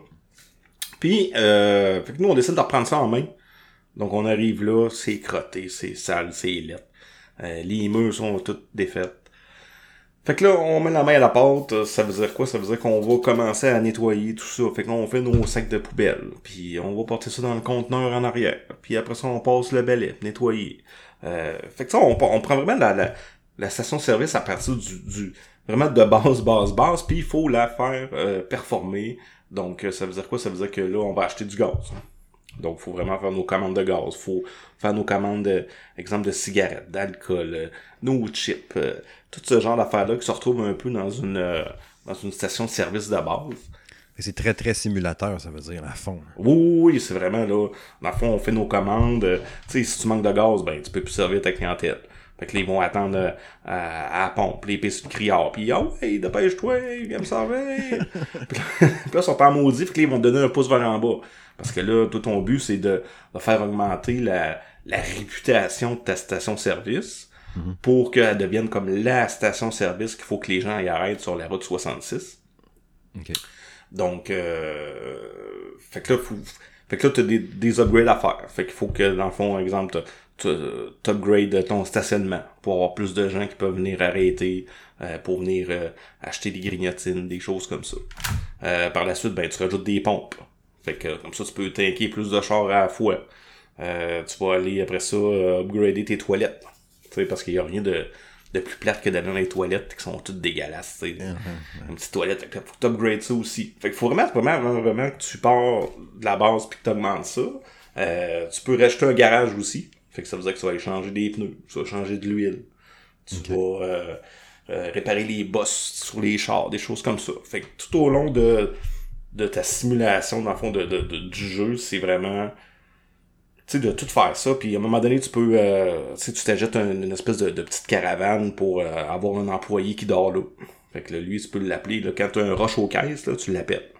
Puis fait que nous on décide de reprendre ça en main. Donc on arrive là, c'est crotté, c'est sale, c'est laid. Les murs sont toutes défaites. Fait que là, on met la main à la pâte, ça veut dire quoi? Ça veut dire qu'on va commencer à nettoyer tout ça. Fait que là, on fait nos sacs de poubelle, puis on va porter ça dans le conteneur en arrière. Puis après ça, on passe le balai, nettoyer. Fait que ça, on prend vraiment la station-service à partir du vraiment de base, puis il faut la faire performer. Donc, ça veut dire quoi? Ça veut dire que là, on va acheter du gaz. Donc, il faut vraiment faire nos commandes de gaz. Il faut faire nos commandes, exemple, de cigarettes, d'alcool, nos chips, tout ce genre d'affaires-là qui se retrouvent un peu dans une station de service de base. C'est très, très simulateur, ça veut dire, à fond. Oui, c'est vraiment là. Dans le fond, on fait nos commandes. Tu sais, si tu manques de gaz, ben tu peux plus servir ta clientèle. Fait que là, ils vont attendre à la pompe, les pistes de criard, pis hey, dépêche-toi, viens me sauver. Puis là, ils sont en maudit, fait que là, ils vont te donner un pouce vers en bas. Parce que là, tout ton but, c'est de faire augmenter la réputation de ta station-service pour qu'elle devienne comme la station-service qu'il faut que les gens y arrêtent sur la route 66. Okay. Donc, fait que là, t'as des upgrades à faire. Fait qu'il faut que, dans le fond, par exemple, t'upgrades ton stationnement pour avoir plus de gens qui peuvent venir arrêter, pour venir acheter des grignotines, des choses comme ça. Par la suite, ben, tu rajoutes des pompes. Fait que, comme ça, tu peux tanker plus de chars à la fois. Tu vas aller, après ça, upgrader tes toilettes. Tu sais, parce qu'il y a rien de plus plate que d'aller dans les toilettes qui sont toutes dégueulasses, tu sais. Une petite toilette, fait que faut que t'upgrades ça aussi. Fait qu'il faut vraiment que tu pars de la base pis que t'augmentes ça. Tu peux rajouter un garage aussi. Fait que ça veut dire que tu vas aller changer des pneus, tu vas changer de l'huile. Tu vas réparer les bosses sur les chars, des choses comme ça. Fait que tout au long de ta simulation, dans le fond, du jeu, c'est vraiment... Tu sais, de tout faire ça, puis à un moment donné, tu peux, tu t'achètes une espèce de petite caravane pour avoir un employé qui dort là. Fait que là, lui, tu peux l'appeler, là, quand tu as un rush aux caisses, là, tu l'appelles.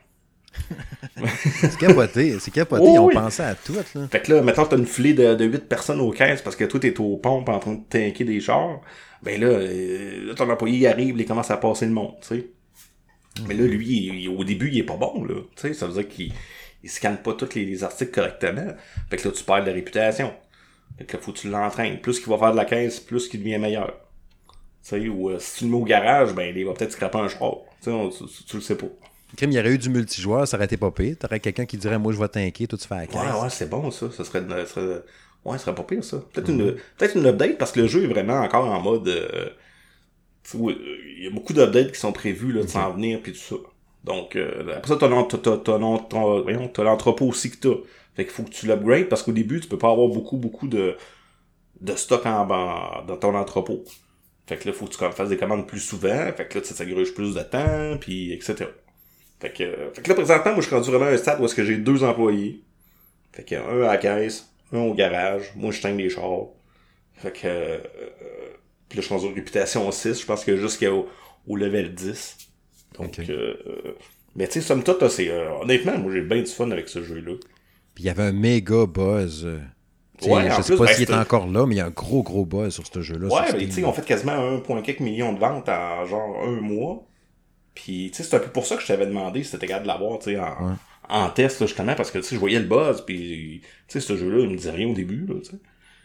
C'est capoté, Oh, ils ont oui. pensé à tout, là. Fait que là, maintenant, t'as une filée de 8 personnes aux caisses parce que toi, t'es aux pompes en train de tanker des chars. Ben là, ton employé, il arrive, il commence à passer le monde, tu sais. Mais là, lui, au début, il est pas bon, là. Tu sais, ça veut dire qu'il scanne pas tous les articles correctement. Fait que là, tu perds de la réputation. Fait que là, faut que tu l'entraînes. Plus qu'il va faire de la caisse, plus qu'il devient meilleur. Tu sais, ou si tu le mets au garage, ben, il va peut-être scraper un char. Tu sais, tu le sais pas. Crime, il y aurait eu du multijoueur, ça aurait été pas pire. T'aurais quelqu'un qui dirait, moi, je vais tanker, toi, tu fais la caisse. Ouais, c'est bon, ça. Ça serait pas pire, ça. Peut-être une update, parce que le jeu est vraiment encore en mode, il y a beaucoup d'updates qui sont prévus, là, de s'en venir, pis tout ça. Donc, après ça, t'as l'entrepôt aussi que t'as. Fait qu'il faut que tu l'upgrades, parce qu'au début, tu peux pas avoir beaucoup de stock dans ton entrepôt. Fait que là, faut que tu fasses des commandes plus souvent, fait que là, ça gruge plus de temps, puis etc. Fait que là, présentement, moi, je suis rendu vraiment à un stade où est-ce que j'ai 2 employés. Fait que un à la caisse, un au garage, moi, je tank des chars. Fait que, puis là, je suis rendu en réputation 6, je pense que jusqu'au level 10. Donc, mais tu sais, somme toute, là, c'est, honnêtement, moi, j'ai bien du fun avec ce jeu-là. Puis il y avait un méga buzz. Ouais, je sais pas s'il est encore là, mais il y a un gros buzz sur ce jeu-là. Ouais, mais tu sais, on fait quasiment 1,4 million de ventes en genre un mois. Puis, tu sais, c'est un peu pour ça que je t'avais demandé si t'étais capable de l'avoir, tu sais, en test, là, justement, parce que, tu sais, je voyais le buzz, puis, tu sais, ce jeu-là, il me disait rien au début, là, tu sais.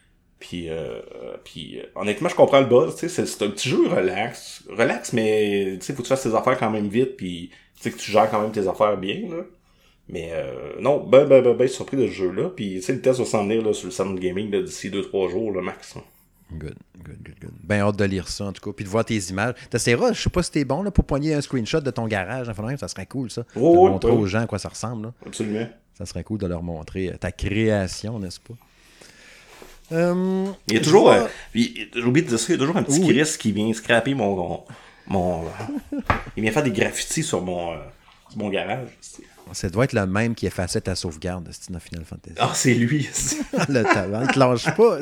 Puis, honnêtement, je comprends le buzz, tu sais, c'est un petit jeu relax, mais, tu sais, faut que tu fasses tes affaires quand même vite, puis, tu sais, que tu gères quand même tes affaires bien, là. Mais, non, ben surpris de ce jeu-là, puis, tu sais, le test va s'en venir, là, sur le Sound Gaming, là, d'ici 2-3 jours, le max, là. Good. Ben hâte de lire ça, en tout cas. Puis de voir tes images. T'essaieras, je sais pas si t'es bon là, pour poigner un screenshot de ton garage. Enfin, ça serait cool, ça. De montrer aux gens à quoi ça ressemble. Là. Absolument. Ça serait cool de leur montrer ta création, n'est-ce pas? Il y a toujours... j'ai oublié de dire ça, il y a toujours un petit Chris qui vient scraper mon il vient faire des graffitis sur mon garage. Ça doit être le même qui effaçait ta sauvegarde dans Final Fantasy. Ah, c'est lui. Le talent, il te lâche pas.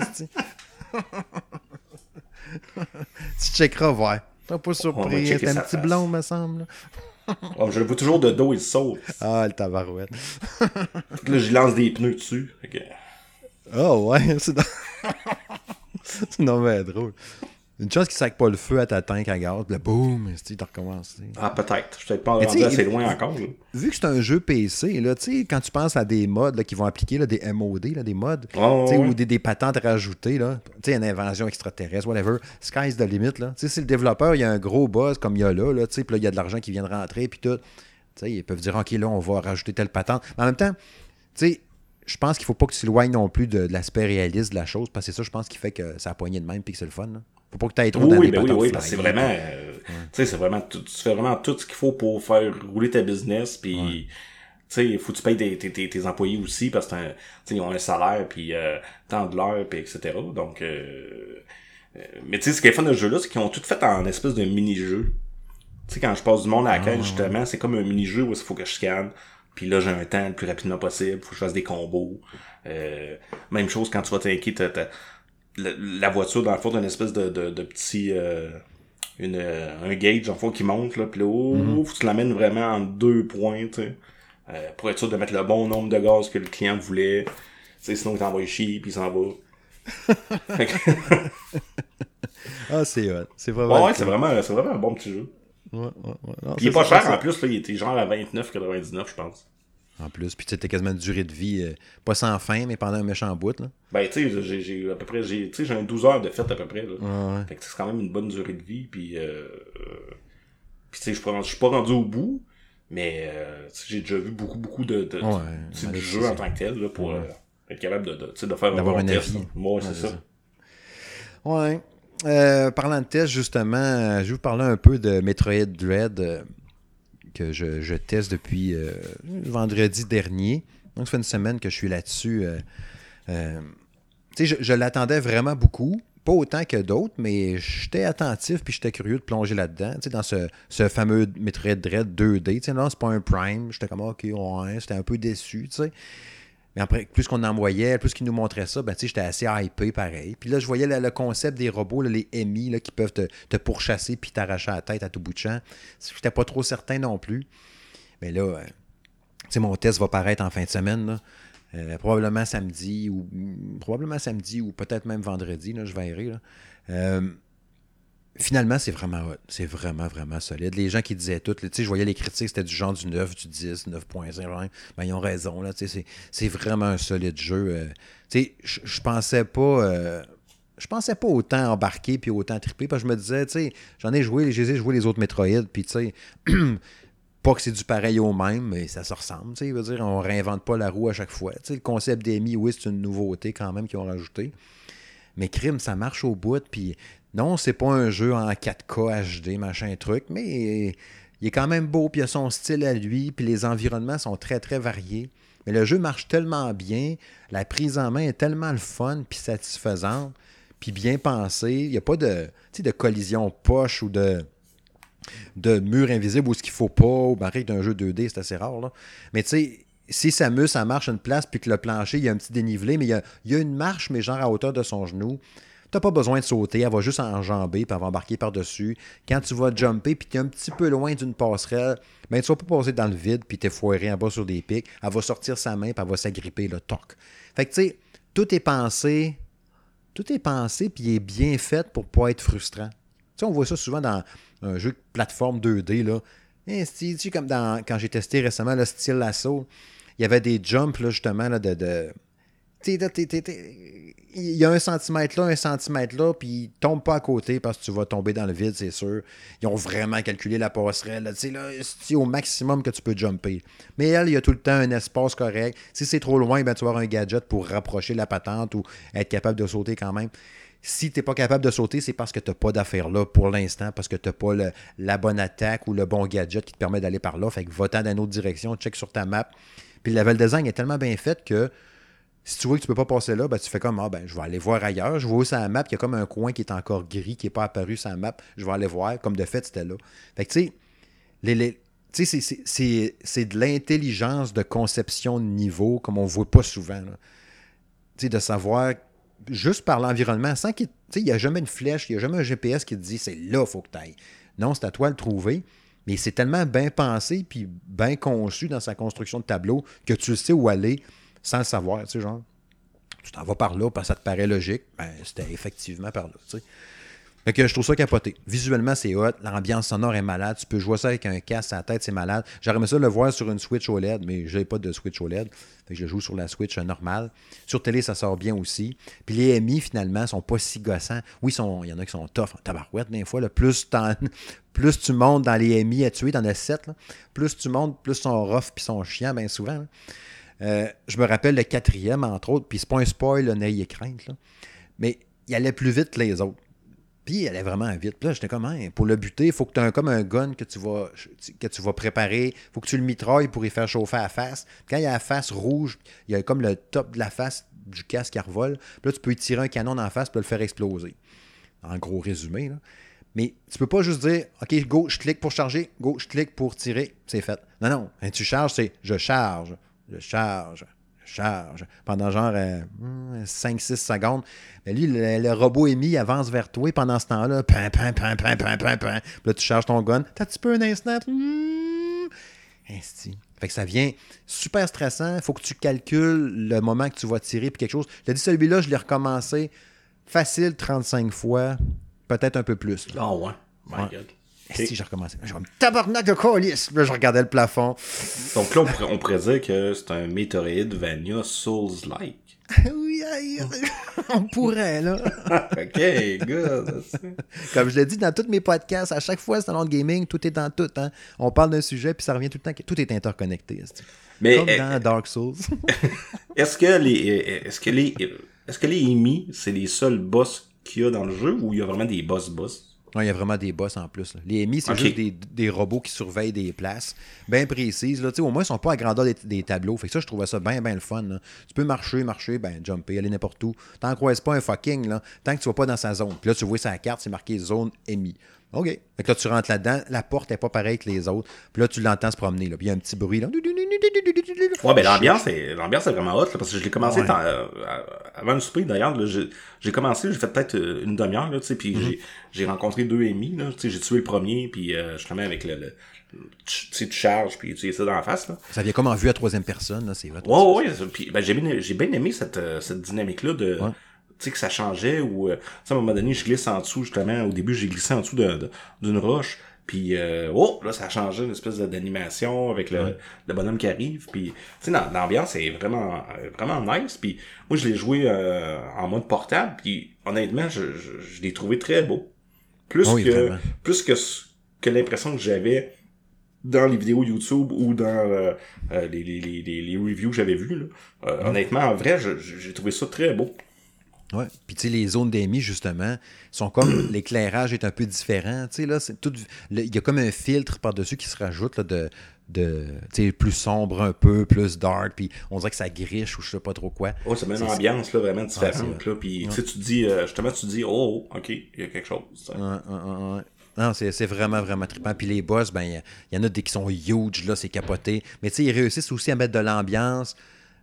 Tu checkeras, ouais. T'es pas surpris, t'es un petit blond, me semble. Oh, je le vois toujours de dos, il saute. Ah, le tabarouette. Là, j'y lance des pneus dessus. Oh, ouais, c'est non, mais drôle. Une chance qu'il ne sac pas le feu à ta tank à gaz, puis là, boum, tu recommences. Ah, peut-être. Je suis peut-être pas rendu assez loin encore. Là. Vu que c'est un jeu PC, là, quand tu penses à des mods là, qui vont appliquer là, des MOD, là, des mods, ou des patentes rajoutées, là, une invasion extraterrestre, whatever, sky's the limit. Là. Si le développeur, il y a un gros buzz comme il y a là, puis là, il y a de l'argent qui vient de rentrer, puis tout, ils peuvent dire, OK, là, on va rajouter telle patente. Mais en même temps, je pense qu'il faut pas que tu s'éloignes non plus de l'aspect réaliste de la chose, parce que c'est ça, je pense, qui fait que ça a poigné de même puis que c'est le fun. Là. Faut pas que tu ailles trop dans les patentes. Oui, parce que c'est vraiment... tu sais, c'est vraiment... Tu fais vraiment tout ce qu'il faut pour faire rouler ta business, puis... Tu sais, il faut que tu payes tes employés aussi, parce que ils ont un salaire, puis tant de l'heure, puis etc. Donc... mais tu sais, ce qui est fun de ce jeu-là, c'est qu'ils ont tout fait en espèce de mini-jeu. Tu sais, quand je passe du monde à la caisse, justement, c'est comme un mini-jeu où il faut que je scanne. Puis là, j'ai un temps le plus rapidement possible. Faut que je fasse des combos. Même chose quand tu vas tanker la voiture, dans le fond, d'une espèce de petit... un gauge, en fond, qui monte, là, pis là, faut que tu l'amènes vraiment en 2 points, tu sais, pour être sûr de mettre le bon nombre de gaz que le client voulait. Tu sais, sinon, il t'envoie chier, puis il s'en va. Ah, c'est hot. C'est vraiment... Ouais, c'est vraiment un bon petit jeu. Ouais. Non, Puis il est pas cher, en plus, là, il était genre à 29,99, je pense. En plus, puis tu sais, t'as quasiment une durée de vie, pas sans fin, mais pendant un méchant bout, là. Ben, tu sais, j'ai à peu près, j'ai un 12 heures de fête à peu près, là. Ouais. Fait que c'est quand même une bonne durée de vie, puis tu sais, je suis pas rendu au bout, mais j'ai déjà vu beaucoup de jeux en tant que tel, là, pour être capable de faire d'avoir un bon un test. avis. Moi, c'est ça. Ouais. Parlant de test, justement, je vais vous parler un peu de Metroid Dread que je teste depuis vendredi dernier. Donc, ça fait une semaine que je suis là-dessus. Tu sais, je l'attendais vraiment beaucoup. Pas autant que d'autres, mais j'étais attentif puis j'étais curieux de plonger là-dedans. Tu sais, dans ce fameux Metroid Dread 2D. Tu sais, non, c'est pas un Prime. J'étais comme, OK, ouais, j'étais un peu déçu, tu sais. Mais après, plus qu'on en voyait, plus qu'ils nous montraient ça, ben, j'étais assez hypé pareil. Puis là, je voyais le concept des robots, là, les EMI, là, qui peuvent te pourchasser puis t'arracher la tête à tout bout de champ. J'étais pas trop certain non plus. Mais là, mon test va paraître en fin de semaine. Là. Probablement samedi ou peut-être même vendredi, là, je verrai. Là. Finalement, c'est vraiment hot. C'est vraiment, vraiment solide. Les gens qui disaient tout, je voyais les critiques, c'était du genre du 9, du 10, 9.5. Ben, ils ont raison. Là, c'est vraiment un solide jeu. Je pensais pas... je pensais pas autant embarquer puis autant triper, parce que je me disais, j'en ai joué, j'ai joué les autres Metroid, puis pas que c'est du pareil au même, mais ça se ressemble. Veut dire, on réinvente pas la roue à chaque fois. Le concept d'EMI, oui, c'est une nouveauté quand même qu'ils ont rajouté. Mais crime, ça marche au bout, puis non, c'est pas un jeu en 4K HD, machin truc, mais il est quand même beau, puis il a son style à lui, puis les environnements sont très, très variés. Mais le jeu marche tellement bien, la prise en main est tellement le fun, puis satisfaisante, puis bien pensé. Il n'y a pas de collision poche ou de mur invisible ou ce qu'il faut pas, ou pareil d'un jeu 2D, c'est assez rare, là. Mais tu sais, si Samus, ça marche une place, puis que le plancher, il y a un petit dénivelé, mais il y a une marche, mais genre à hauteur de son genou. Tu n'as pas besoin de sauter, elle va juste enjamber, puis elle va embarquer par-dessus. Quand tu vas jumper, puis tu es un petit peu loin d'une passerelle, ben, tu ne vas pas passer dans le vide, puis tu es foiré en bas sur des pics. Elle va sortir sa main, puis elle va s'agripper, le toc. Fait que tu sais, tout est pensé, puis il est bien fait pour pas être frustrant. Tu sais, on voit ça souvent dans un jeu de plateforme 2D, là. Comme quand j'ai testé récemment le style Lasso, il y avait des jumps, là, justement, là, il y a 1 centimètre là, 1 centimètre là, puis il tombe pas à côté parce que tu vas tomber dans le vide, c'est sûr. Ils ont vraiment calculé la passerelle. Là, c'est au maximum que tu peux jumper. Mais elle, il y a tout le temps un espace correct. Si c'est trop loin, ben, tu vas avoir un gadget pour rapprocher la patente ou être capable de sauter quand même. Si tu n'es pas capable de sauter, c'est parce que tu n'as pas d'affaire là pour l'instant, parce que tu n'as pas la bonne attaque ou le bon gadget qui te permet d'aller par là. Fait que va-t'en dans une autre direction, check sur ta map. Puis le level design est tellement bien fait que si tu vois que tu peux pas passer là, ben, tu fais comme, je vais aller voir ailleurs. Je vois où sur la map, il y a comme un coin qui est encore gris, qui n'est pas apparu sur la map. Je vais aller voir. Comme de fait, c'était là. Fait que, tu sais, c'est de l'intelligence de conception de niveau, comme on ne voit pas souvent. Tu sais, de savoir, juste par l'environnement, sans qu'il n'y a jamais une flèche, il n'y a jamais un GPS qui te dit, c'est là, il faut que tu ailles. Non, c'est à toi de le trouver. Mais c'est tellement bien pensé puis bien conçu dans sa construction de tableau que tu sais où aller sans le savoir, tu sais, genre, tu t'en vas par là parce que ça te paraît logique, ben, c'était effectivement par là, tu sais. Fait que je trouve ça capoté. Visuellement, c'est hot, l'ambiance sonore est malade, tu peux jouer ça avec un casque à la tête, c'est malade. J'aurais aimé ça le voir sur une Switch OLED, mais je n'ai pas de Switch OLED, fait que je le joue sur la Switch normale. Sur télé, ça sort bien aussi. Puis les MI, finalement, sont pas si gossants. Oui, il y en a qui sont tough, tabarouette, des fois, là, plus tu montes dans les MI à tuer, t'en as 7, là, plus tu montes, plus ils sont rough puis ils sont chiants, bien souvent, là. Je me rappelle le 4e, entre autres, puis c'est pas un spoil, n'ayez crainte, là, mais il allait plus vite que les autres. Puis il allait vraiment vite. Puis là, j'étais comme, pour le buter, il faut que tu aies comme un gun que tu vas préparer. Il faut que tu le mitrailles pour y faire chauffer la face. Quand il y a la face rouge, il y a comme le top de la face du casque qui revole. Puis là, tu peux y tirer un canon dans la face et le faire exploser. En gros résumé, là. Mais tu peux pas juste dire, OK, go, je clique pour charger, go, je clique pour tirer, c'est fait. Non, tu charges, c'est je charge, charge. Pendant genre 5-6 secondes. Mais lui, le robot Amy avance vers toi et pendant ce temps-là, pam. Puis là, tu charges ton gun. T'as-tu peu un instant? Ainsi. Fait que ça vient super stressant. Il faut que tu calcules le moment que tu vas tirer puis quelque chose. Je te dis, celui-là, je l'ai recommencé facile 35 fois, peut-être un peu plus. Ah ouais. My God. Okay. Si j'ai recommencé. Je vais me tabarnak de colis. Là, je regardais le plafond. Donc là, on pourrait dire que c'est un Metroidvania Souls-like. Oui, on pourrait, là. OK, good. Comme je l'ai dit dans tous mes podcasts, à chaque fois, Salon de Gaming, tout est dans tout. Hein. On parle d'un sujet, puis ça revient tout le temps. Tout est interconnecté. Mais, comme dans Dark Souls. Est-ce que les ennemis, c'est les seuls boss qu'il y a dans le jeu, ou il y a vraiment des boss? Non, il y a vraiment des boss en plus. Là. Les ennemis, c'est juste des robots qui surveillent des places bien précises. Là. Au moins, ils sont pas à grandeur des tableaux. Fait que ça, je trouvais ça bien le fun. Là. Tu peux marcher, jumper, aller n'importe où. T'en croises pas un fucking, là, tant que tu vas pas dans sa zone. Puis là, tu vois sa carte, c'est marqué zone ennemie. OK. Fait que là, tu rentres là-dedans, la porte n'est pas pareille que les autres. Puis là, tu l'entends se promener. Là. Puis il y a un petit bruit. Là. Ouais, ben l'ambiance est vraiment hot, là, parce que je l'ai commencé avant le souper, d'ailleurs. Là, j'ai commencé, j'ai fait peut-être une demi-heure, là, tu sais, puis j'ai rencontré 2 ennemis, là, tu sais, j'ai tué le premier, puis justement avec tu charges, puis tu essaies d'en face, là. Ça vient comme en vue à 3e personne, là, c'est vrai. Ouais, puis ben, j'ai bien aimé cette dynamique-là de... Tu sais, que ça changeait, ou... tu sais, à un moment donné, je glisse en dessous, justement, au début, j'ai glissé en dessous d'une roche, puis là, ça a changé, une espèce d'animation avec le bonhomme qui arrive, puis tu sais, l'ambiance est vraiment nice, puis moi, je l'ai joué en mode portable, puis honnêtement, je l'ai trouvé très beau. Plus que l'impression que j'avais dans les vidéos YouTube ou dans les reviews que j'avais vues, là. Honnêtement, en vrai, j'ai trouvé ça très beau. Ouais. Puis tu sais, les zones d'ennemis, justement, sont comme l'éclairage est un peu différent. Tu sais, là, c'est tout. Il y a comme un filtre par-dessus qui se rajoute là, de tu sais, plus sombre un peu, plus dark, puis on dirait que ça griche ou je sais pas trop quoi. Oh, c'est une ambiance là, vraiment différente. Là, puis tu te dis, oh, ok, il y a quelque chose. Non, c'est vraiment trippant. Puis les boss, ben, il y en a des qui sont huge, là, c'est capoté. Mais tu sais, ils réussissent aussi à mettre de l'ambiance.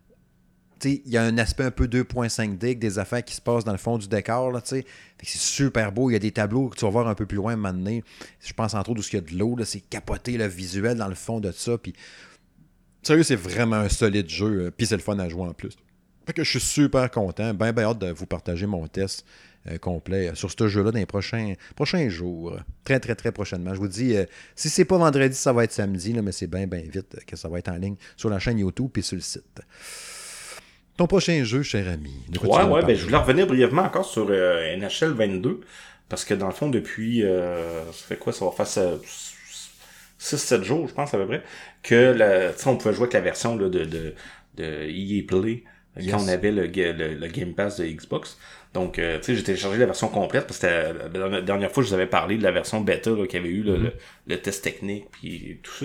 Il y a un aspect un peu 2.5D avec des affaires qui se passent dans le fond du décor. Là, c'est super beau. Il y a des tableaux que tu vas voir un peu plus loin à un moment donné. Je pense entre autres où il y a de l'eau. Là, c'est capoté le visuel dans le fond de ça. Puis, sérieux, c'est vraiment un solide jeu. Puis c'est le fun à jouer en plus. Fait que je suis super content. Ben hâte de vous partager mon test complet sur ce jeu-là dans les prochains jours. Très prochainement. Je vous dis, si c'est pas vendredi, ça va être samedi. Là, mais c'est bien vite que ça va être en ligne sur la chaîne YouTube et sur le site. Ton prochain jeu, cher ami. Ouais, ben je voulais revenir brièvement encore sur NHL 22, parce que dans le fond, depuis, ça fait quoi, ça va faire 6-7 jours, je pense, à peu près, que on pouvait jouer avec la version là, de EA Play, quand on avait le Game Pass de Xbox. Donc, tu sais, j'ai téléchargé la version complète, parce que la dernière fois, je vous avais parlé de la version bêta, là, qui avait eu le test technique, puis tout ça.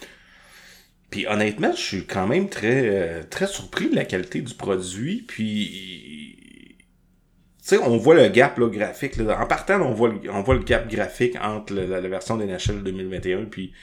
Puis honnêtement, je suis quand même très surpris de la qualité du produit. Puis, tu sais, on voit le gap là, graphique. Là. En partant, on voit le gap graphique entre la version des NHL 2021 puis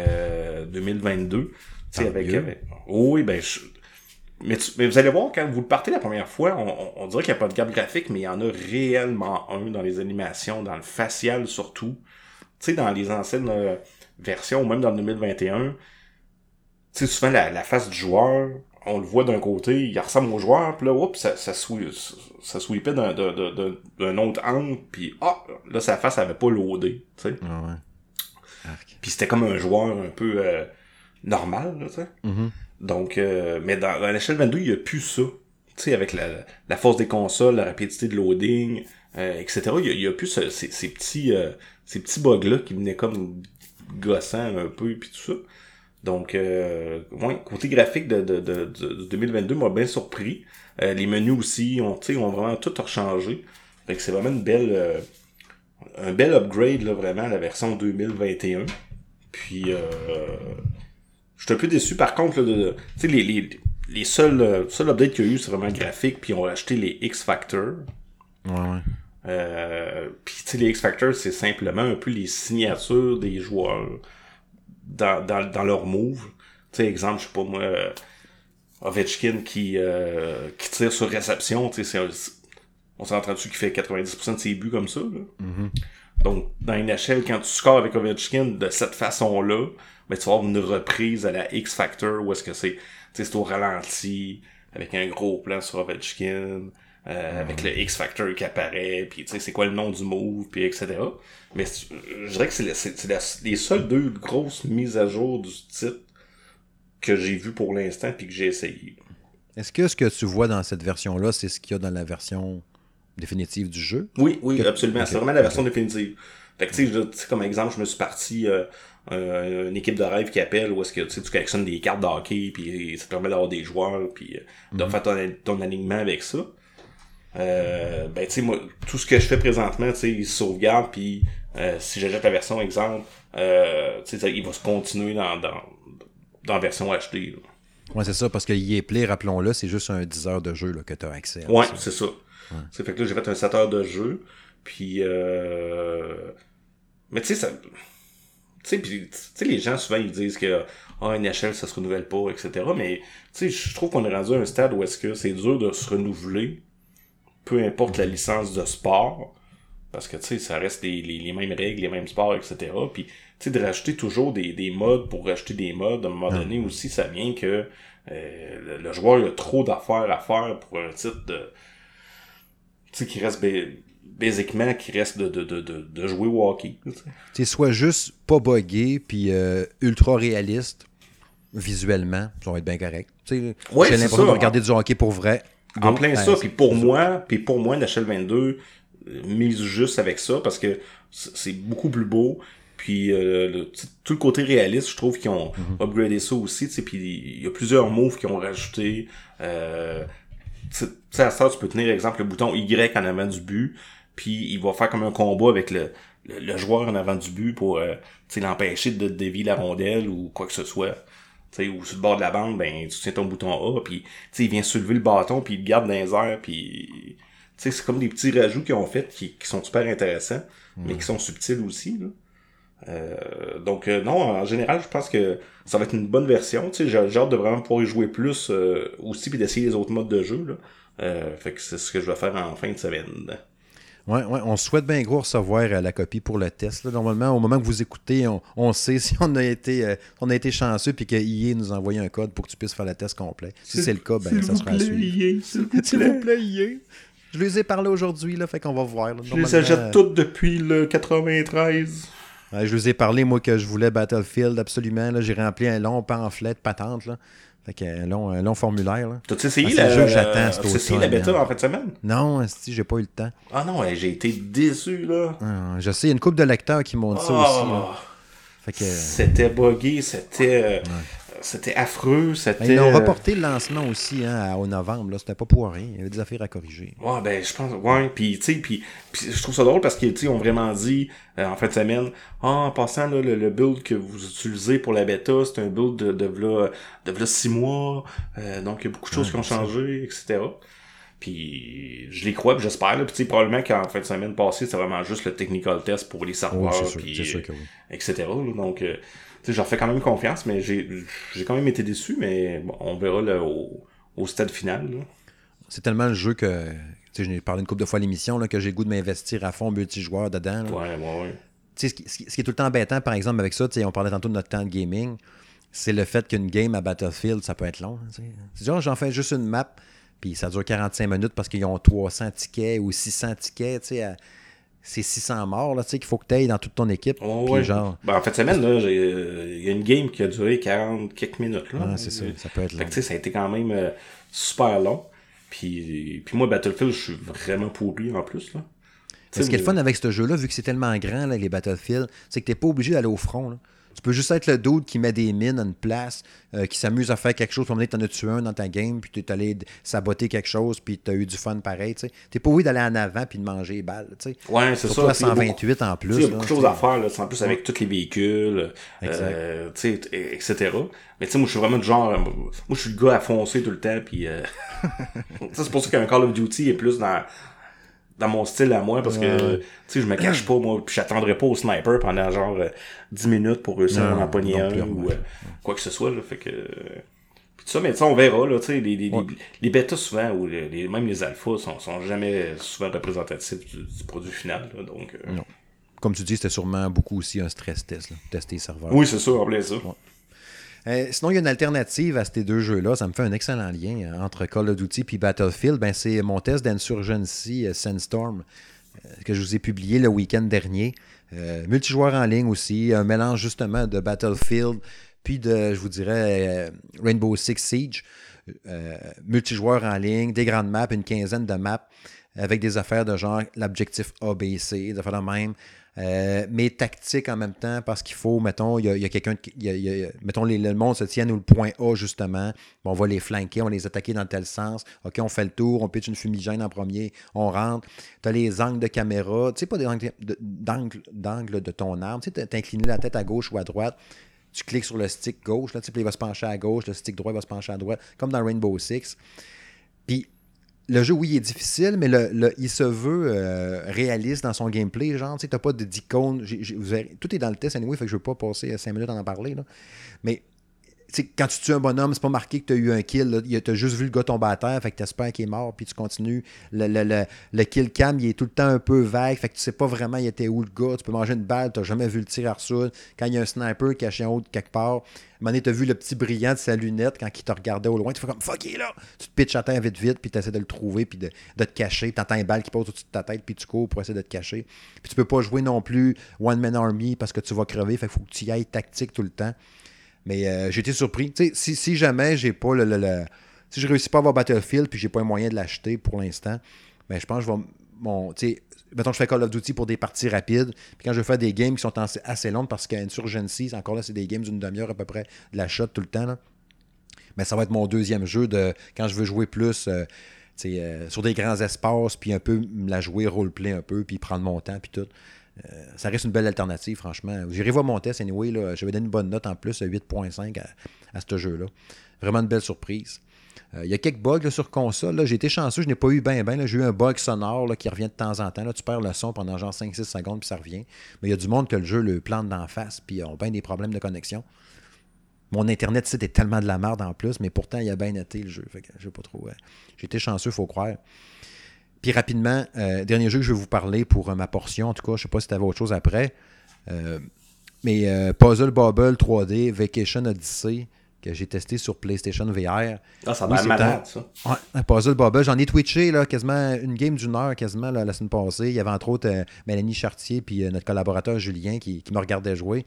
2022. Tu sais, avec oui, ben, mais vous allez voir, quand vous le partez la première fois, on dirait qu'il n'y a pas de gap graphique, mais il y en a réellement un dans les animations, dans le facial surtout. Tu sais, dans les anciennes versions, ou même dans le 2021. Tu sais, souvent, la face du joueur, on le voit d'un côté, il ressemble au joueur, puis là, oups, ça sweepait d'un autre angle, puis là, sa face avait pas loadé, tu sais. Ah ouais. Puis c'était comme un joueur un peu normal, là, tu sais. Mm-hmm. Donc, mais dans l'échelle 22, il y a plus ça. Tu sais, avec la force des consoles, la rapidité de loading, etc. Il y a plus ces petits bugs-là qui venaient comme gossants un peu, puis tout ça. Donc, côté graphique de 2022 m'a bien surpris. Les menus aussi ont vraiment tout rechangé. Fait que c'est vraiment un bel upgrade, là, vraiment, la version 2021. Puis, je suis un peu déçu, par contre, là, tu sais, les seuls updates qu'il y a eu, c'est vraiment graphique, puis ils ont racheté les X-Factor. Ouais. Puis, tu sais, les X-Factor, c'est simplement un peu les signatures des joueurs dans leur move. Tu sais, exemple, je sais pas moi, Ovechkin qui tire sur réception, tu sais, on s'entend dessus qu'il fait 90% de ses buts comme ça, là. Donc, dans une échelle, quand tu scores avec Ovechkin de cette façon-là, ben, tu vas avoir une reprise à la X-Factor, où est-ce que c'est au ralenti, avec un gros plan sur Ovechkin, avec le X-Factor qui apparaît, puis tu sais, c'est quoi le nom du move, puis etc. Mais je dirais que c'est les seules 2 grosses mises à jour du titre que j'ai vues pour l'instant, puis que j'ai essayé. Est-ce que ce que tu vois dans cette version-là, c'est ce qu'il y a dans la version définitive du jeu? Oui, absolument. Okay. C'est vraiment la version définitive. Fait que tu sais, comme exemple, je me suis parti une équipe de rêve qui appelle où est-ce que tu collectionnes des cartes de hockey, puis ça te permet d'avoir des joueurs, puis de faire ton alignement avec ça. Ben tu sais, moi, tout ce que je fais présentement, tu sais, il se sauvegarde, puis si j'achète la version exemple, tu sais, il va se continuer dans la version HD. Là. Ouais, c'est ça, parce que EA Play, rappelons-le, c'est juste un 10 heures de jeu là, que tu as accès à. Ouais, c'est ça. Ouais. Fait que là, j'ai fait un 7 heures de jeu, puis mais tu sais, ça... Tu sais, les gens, souvent, ils disent que NHL, ça se renouvelle pas, etc. Mais, tu sais, je trouve qu'on est rendu à un stade où est-ce que c'est dur de se renouveler, peu importe la licence de sport, parce que, tu sais, ça reste les mêmes règles, les mêmes sports, etc. Puis, tu sais, de rajouter toujours des modes pour rajouter des modes, à un moment donné aussi, ça vient que le joueur, il a trop d'affaires à faire pour un titre de... Tu sais, qui reste... basiquement qui reste de jouer au hockey. Tu sais, soit juste pas buggé puis ultra réaliste visuellement, ça va être bien correct. J'ai l'impression de regarder du hockey pour vrai. En plein ça, puis pour moi, NHL 22 mise juste avec ça parce que c'est beaucoup plus beau. Puis tout le côté réaliste, je trouve qu'ils ont upgradé ça aussi. Puis il y a plusieurs moves qu'ils ont rajouté. Tu sais, à ça, tu peux tenir, exemple, le bouton Y en avant du but, puis il va faire comme un combat avec le joueur en avant du but pour l'empêcher de dévier la rondelle ou quoi que ce soit. T'sais, ou sur le bord de la bande, ben tu tiens ton bouton A, puis il vient soulever le bâton, puis il le garde dans les airs, puis c'est comme des petits rajouts qu'ils ont fait qui sont super intéressants, mais qui sont subtils aussi. Là. Donc non, en général, je pense que ça va être une bonne version. J'ai hâte de vraiment pouvoir y jouer plus aussi, puis d'essayer les autres modes de jeu. Là. Fait que c'est ce que je vais faire en fin de semaine. Ouais, on souhaite bien gros recevoir la copie pour le test. Là. Normalement, au moment que vous écoutez, on sait si on a été chanceux puis que EA nous a envoyé un code pour que tu puisses faire le test complet. Si c'est le cas, ben ça sera à suivre. S'il vous plaît, EA. Je les ai parlé aujourd'hui, là, fait qu'on va voir. Là. Je les achète toutes depuis le 93. Ouais, je les ai parlé, moi, que je voulais Battlefield, absolument. Là. J'ai rempli un long pamphlet de patente, là. Fait qu'un long formulaire. Là. T'as-tu essayé la bêta en fin de semaine? Non, j'ai pas eu le temps. Ah non, j'ai été déçu, là. Je sais, il y a une couple de lecteurs qui m'ont dit ça aussi. Là. Fait que... C'était buggé, c'était affreux, c'était... Ils ont reporté le lancement aussi au novembre, là. C'était pas pour rien. Il y avait des affaires à corriger. Ouais, ben je pense... Ouais, puis tu sais, puis je trouve ça drôle parce qu'ils ont vraiment dit en fin de semaine, en passant, là, le build que vous utilisez pour la bêta, c'est un build de 6 mois, donc il y a beaucoup de choses qui ont changé, etc. Puis je les crois, puis j'espère, là. Puis tu sais, probablement qu'en fin de semaine passée, c'est vraiment juste le technical test pour les serveurs, puis etc. Là. Donc... j'en fais quand même confiance, mais j'ai quand même été déçu, mais bon, on verra là, au stade final. Là. C'est tellement le jeu que, je n'ai parlé une couple de fois à l'émission, là, que j'ai le goût de m'investir à fond multijoueur dedans. Là. Ouais. Ce qui est tout le temps embêtant, par exemple, avec ça, on parlait tantôt de notre temps de gaming, c'est le fait qu'une game à Battlefield, ça peut être long. Genre, j'en fais juste une map, puis ça dure 45 minutes parce qu'ils ont 300 tickets ou 600 tickets, c'est 600 morts là, qu'il faut que tu ailles dans toute ton équipe. Puis genre... Ben, en fait, semaine, il y a une game qui a duré 40 quelques minutes. Là. Ah, c'est ça peut être long. Fait que, ça a été quand même super long. Puis moi, Battlefield, je suis vraiment pourri en plus. Là. Ce qui est le fun avec ce jeu-là, vu que c'est tellement grand, là, les Battlefield, c'est que t'es pas obligé d'aller au front. Là. Tu peux juste être le dude qui met des mines à une place, qui s'amuse à faire quelque chose, puis t'en as tué un dans ta game, puis t'es allé saboter quelque chose, puis t'as eu du fun pareil. T'sais. T'es pas obligé d'aller en avant puis de manger les balles. T'sais. Ouais, c'est surtout ça. à 128 en plus. Il y a beaucoup de choses à faire, là, en plus avec tous les véhicules, etc. Mais tu sais, moi je suis vraiment du genre, moi je suis le gars à foncer tout le temps, puis c'est pour ça qu'un Call of Duty est plus dans mon style à moi, parce que tu sais, je me cache pas, moi, puis j'attendrai pas au sniper pendant genre 10 minutes pour réussir à en empoigner un ou quoi que ce soit, là, fait que tu Ça, mais on verra, là, tu sais, Ouais. les bêtas souvent, ou même les alphas, sont jamais souvent représentatifs du produit final, là, donc... Non. Comme tu dis, c'était sûrement beaucoup aussi un stress test, là, tester les serveurs. Oui, c'est ça, en plein ça. Ouais. Sinon, il y a une alternative à ces deux jeux-là. Ça me fait un excellent lien entre Call of Duty et Battlefield. Ben, c'est mon test d'Insurgency Sandstorm que je vous ai publié le week-end dernier. Multijoueur en ligne aussi. Un mélange justement de Battlefield puis de, je vous dirais, Rainbow Six Siege. Multijoueur en ligne, des grandes maps, une quinzaine de maps avec des affaires de genre l'objectif A, B, C, des affaires de même. Mais tactique en même temps, parce qu'il faut, mettons, il y a quelqu'un, mettons, le monde se tienne au point A, justement. Bon, on va les flanquer, on va les attaquer dans tel sens. OK, on fait le tour, on pitch une fumigène en premier, on rentre. Tu as les angles de caméra, tu sais, pas des angles d'angle de ton arme. Tu sais, t'as incliné la tête à gauche ou à droite. Tu cliques sur le stick gauche, là, tu sais, puis il va se pencher à gauche, le stick droit va se pencher à droite, comme dans Rainbow Six. Puis, le jeu, oui, il est difficile, mais il se veut réaliste dans son gameplay. Genre, tu sais, t'as pas d'icône. Tout est dans le test, anyway, fait que je veux pas passer 5 minutes à en parler. Là. Mais quand tu tues un bonhomme, c'est pas marqué que tu as eu un kill. Tu as juste vu le gars tomber à terre, fait que tu espères qu'il est mort, puis tu continues. Le kill cam, il est tout le temps un peu vague, fait que tu sais pas vraiment il était où le gars. Tu peux manger une balle, tu n'as jamais vu le tir Arsud. Quand il y a un sniper caché en haut de quelque part, à un moment donné, tu as vu le petit brillant de sa lunette quand il te regardait au loin. Tu fais comme fuck, il est là. Tu te pitches à terre vite, puis tu essaies de le trouver, puis de te cacher. Tu entends une balle qui passe au-dessus de ta tête, puis tu cours pour essayer de te cacher. Puis tu peux pas jouer non plus One Man Army parce que tu vas crever, fait qu'il faut que tu y ailles tactique tout le temps. Mais j'ai été surpris. Si jamais j'ai pas si je réussis pas à avoir Battlefield puis j'ai pas un moyen de l'acheter pour l'instant, ben je pense que je vais. Mettons, je fais Call of Duty pour des parties rapides. Puis quand je fais des games qui sont assez longues, parce qu'Insurgency, encore là, c'est des games d'une demi-heure à peu près de la shot tout le temps. Là. Mais ça va être mon deuxième jeu de quand je veux jouer plus sur des grands espaces, puis un peu la jouer roleplay un peu, puis prendre mon temps, puis tout. Ça reste une belle alternative, franchement. J'irai voir mon test, anyway. Là, je vais donner une bonne note en plus, 8.5 à ce jeu-là. Vraiment une belle surprise. Il y a quelques bugs là, sur console. Là. J'ai été chanceux, je n'ai pas eu j'ai eu un bug sonore là, qui revient de temps en temps. Là. Tu perds le son pendant genre 5-6 secondes, puis ça revient. Mais il y a du monde que le jeu le plante d'en face, puis ils ont bien des problèmes de connexion. Mon Internet site est tellement de la merde en plus, mais pourtant, il a bien été le jeu. Fait que je sais pas trop. J'ai été chanceux, il faut croire. Puis rapidement, dernier jeu que je vais vous parler pour ma portion, en tout cas, je ne sais pas si tu avais autre chose après, mais Puzzle Bobble 3D Vacation Odyssey, que j'ai testé sur PlayStation VR. Ah, ça va être malade, ça. Ouais, Puzzle Bobble, j'en ai twitché là, quasiment une game d'une heure quasiment là, la semaine passée. Il y avait entre autres Mélanie Chartier puis notre collaborateur Julien qui me regardait jouer.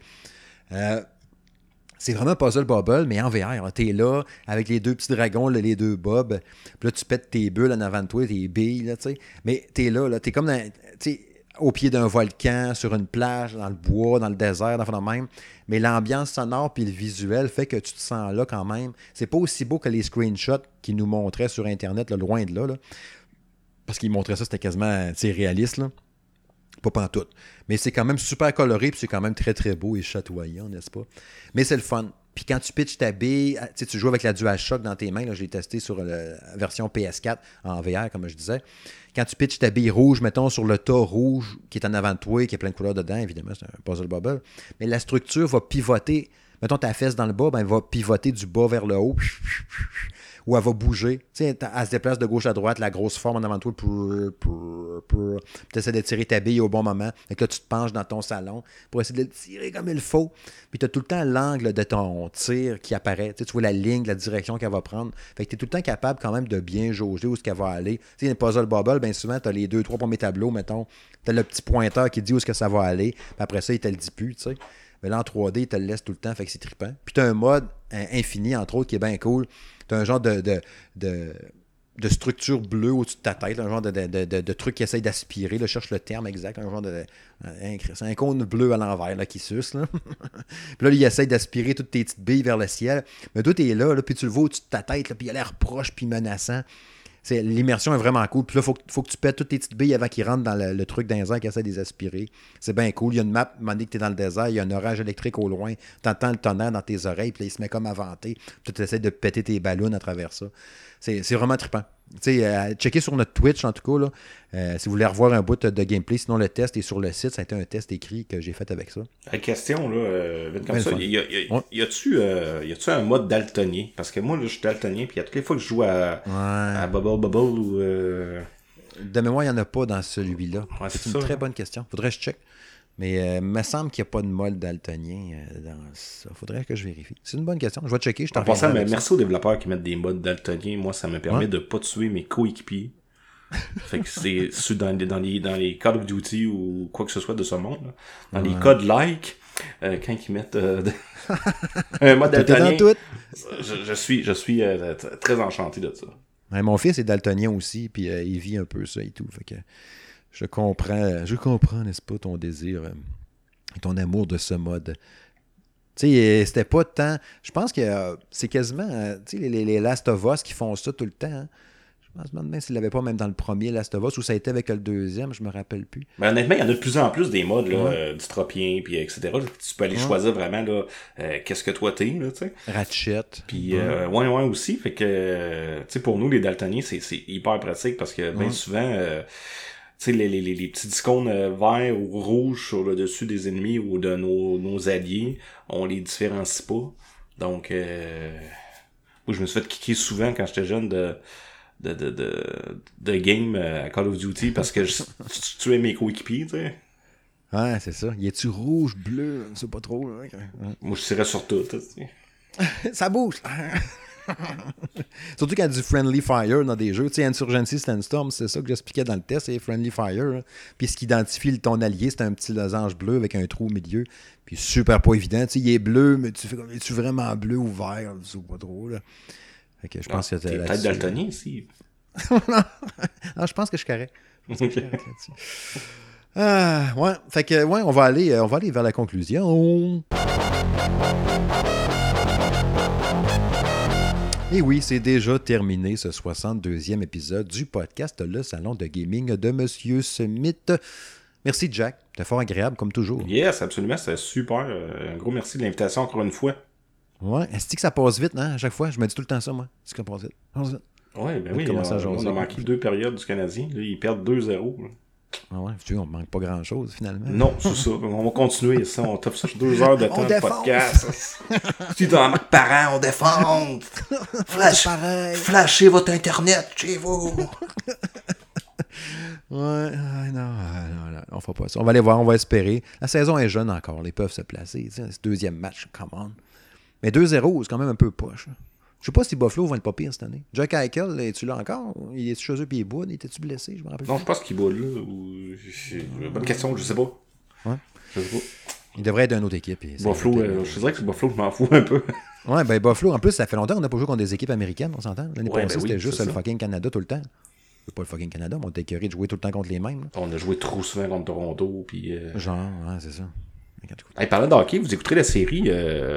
C'est vraiment Puzzle Bobble, mais en VR. T'es là, avec les deux petits dragons, là, les deux bobs. Puis là, tu pètes tes bulles en avant de toi, tes billes, là, tu sais. Mais t'es là, t'es comme au pied d'un volcan, sur une plage, dans le bois, dans le désert, dans le même. Mais l'ambiance sonore puis le visuel fait que tu te sens là quand même. C'est pas aussi beau que les screenshots qu'ils nous montraient sur Internet, là, loin de là. Parce qu'ils montraient ça, c'était quasiment réaliste, là. Pas pantoute. Mais c'est quand même super coloré, puis c'est quand même très très beau et chatoyant, n'est-ce pas? Mais c'est le fun. Puis quand tu pitches ta bille, tu joues avec la DualShock dans tes mains, là, je l'ai testé sur la version PS4 en VR, comme je disais. Quand tu pitches ta bille rouge, mettons, sur le tas rouge qui est en avant de toi, qui a plein de couleurs dedans, évidemment, c'est un puzzle bubble, mais la structure va pivoter. Mettons ta fesse dans le bas, ben, elle va pivoter du bas vers le haut. Ou elle va bouger. Tu sais, elle se déplace de gauche à droite, la grosse forme en avant de toi. Tu essaies de tirer ta bille au bon moment. Fait que là, tu te penches dans ton salon pour essayer de le tirer comme il faut. Puis tu as tout le temps l'angle de ton tir qui apparaît. Tu vois la ligne, la direction qu'elle va prendre. Fait que tu es tout le temps capable quand même de bien jauger où est-ce qu'elle va aller. Tu sais, une puzzle bubble, bien souvent, tu as les 2-3 premiers tableaux, mettons. Tu as le petit pointeur qui dit où est-ce que ça va aller. Puis après ça, il te le dit plus, tu sais. Mais là, en 3D, il te le laisse tout le temps, fait que c'est trippant. Puis tu as un mode infini, entre autres, qui est bien cool. Tu as un genre de structure bleue au-dessus de ta tête, là, un genre de truc qui essaye d'aspirer. Là, je cherche le terme exact, un genre c'est un cône bleu à l'envers là, qui suce. Là. Puis là, il essaye d'aspirer toutes tes petites billes vers le ciel. Mais toi, tu es là, puis tu le vois au-dessus de ta tête, là, puis il a l'air proche puis menaçant. L'immersion est vraiment cool. Puis là, il faut que tu pètes toutes tes petites billes avant qu'ils rentrent dans le truc d'un désert qui essaie de les aspirer. C'est bien cool. Il y a une map, à un moment donné que tu es dans le désert, il y a un orage électrique au loin, tu entends le tonnerre dans tes oreilles, puis là, il se met comme à vanter. Puis tu essaies de péter tes ballons à travers ça. C'est vraiment trippant. checker sur notre Twitch, en tout cas, là, si vous voulez revoir un bout de gameplay. Sinon, le test est sur le site. Ça a été un test écrit que j'ai fait avec ça. Question, là, vite comme ça. Y a-tu un mode daltonien? Parce que moi, là, je suis daltonien, puis à toutes les fois que je joue à Bubble ou... De mémoire, il n'y en a pas dans celui-là. Ouais, c'est une très bonne question. Faudrait que je check. Mais il me semble qu'il n'y a pas de mode daltonien dans ça. Faudrait que je vérifie. C'est une bonne question. Je vais checker. En passant, merci aux développeurs qui mettent des modes daltoniens. Moi, ça me permet de ne pas tuer mes coéquipiers. Fait que c'est dans les Call of Duty ou quoi que ce soit de ce monde. Là. Dans les codes like, quand ils mettent un mode daltonien, je suis très enchanté de ça. Ouais, mon fils est daltonien aussi, puis il vit un peu ça et tout. Fait que je comprends, n'est-ce pas, ton désir et ton amour de ce mode. Tu sais, c'était pas tant... Je pense que c'est quasiment... tu sais, les Last of Us qui font ça tout le temps. Hein. Je me demande même s'il l'avait pas même dans le premier Last of Us, ou ça a été avec le deuxième, je me rappelle plus. Mais honnêtement, il y en a de plus en plus des modes, là, dystopiens, puis etc. Tu peux aller choisir vraiment, là, qu'est-ce que toi t'es, là, tu sais. Ratchet. Puis, ouais, aussi. Fait que, tu sais, pour nous, les daltoniens, c'est hyper pratique parce que, bien souvent... tu sais, les petits icônes verts ou rouges sur le dessus des ennemis ou de nos alliés, on les différencie pas. Donc, moi, je me suis fait kicker souvent quand j'étais jeune de game à Call of Duty parce que je tuais mes coéquipiers, tu sais. Ouais, c'est ça. Y est-tu rouge, bleu? C'est pas trop, là. Ouais. Moi, je tirais sur tout, tu sais. Ça bouge! Surtout quand il y a du friendly fire dans des jeux. Tu sais, Insurgency Sandstorm, c'est ça que j'expliquais dans le test, c'est friendly fire. Hein. Puis ce qui identifie ton allié, c'est un petit losange bleu avec un trou au milieu. Puis super pas évident. Tu sais, il est bleu, mais tu fais comme, es-tu vraiment bleu ou vert? Je sais pas trop, là. Fait que je pense que t'es peut-être daltonien, aussi. Non, je pense que je suis correct. Ouais. Fait que, ouais, on va aller vers la conclusion. Et oui, c'est déjà terminé ce 62e épisode du podcast Le Salon de Gaming de Monsieur Smith. Merci, Jack. C'était fort agréable, comme toujours. Yes, absolument. C'était super. Un gros merci de l'invitation encore une fois. Ouais. Est-ce que ça passe vite, hein? À chaque fois, je me dis tout le temps ça, moi. Est-ce que ça passe vite? Ouais, ben oui. On a manqué 2 périodes du Canadien. Là, ils perdent 2-0. Là. Ah ouais, tu vois, on manque pas grand-chose, finalement. Non, c'est ça. On va continuer ça. On tape ça sur 2 heures de temps de podcast. Tu es dans Mac Parent, on défend. Flashez votre Internet chez vous. Ouais, non, on fera pas ça. On va aller voir, on va espérer. La saison est jeune encore, ils peuvent se placer. C'est deuxième match, come on. Mais 2-0, c'est quand même un peu poche. Je sais pas si Buffalo va être pas pire cette année. Jack Eichel, es-tu là encore? Il est chez eux puis il boude? Était-tu blessé? Je me rappelle. Non, je pense qu'il boude là. Bonne question, je sais pas. Ouais. Je sais pas. Il devrait être d'une autre équipe. Buffalo, je dirais que Buffalo, je m'en fous un peu. Ouais, ben Buffalo, en plus, ça fait longtemps qu'on n'a pas joué contre des équipes américaines, on s'entend. L'année passée, c'était juste le fucking Canada tout le temps. C'est pas le fucking Canada, mais on était écœuré de jouer tout le temps contre les mêmes. Là. On a joué trop souvent contre Toronto, puis... Genre, ouais, c'est ça. Hey, parlant de hockey, vous écouterez la série...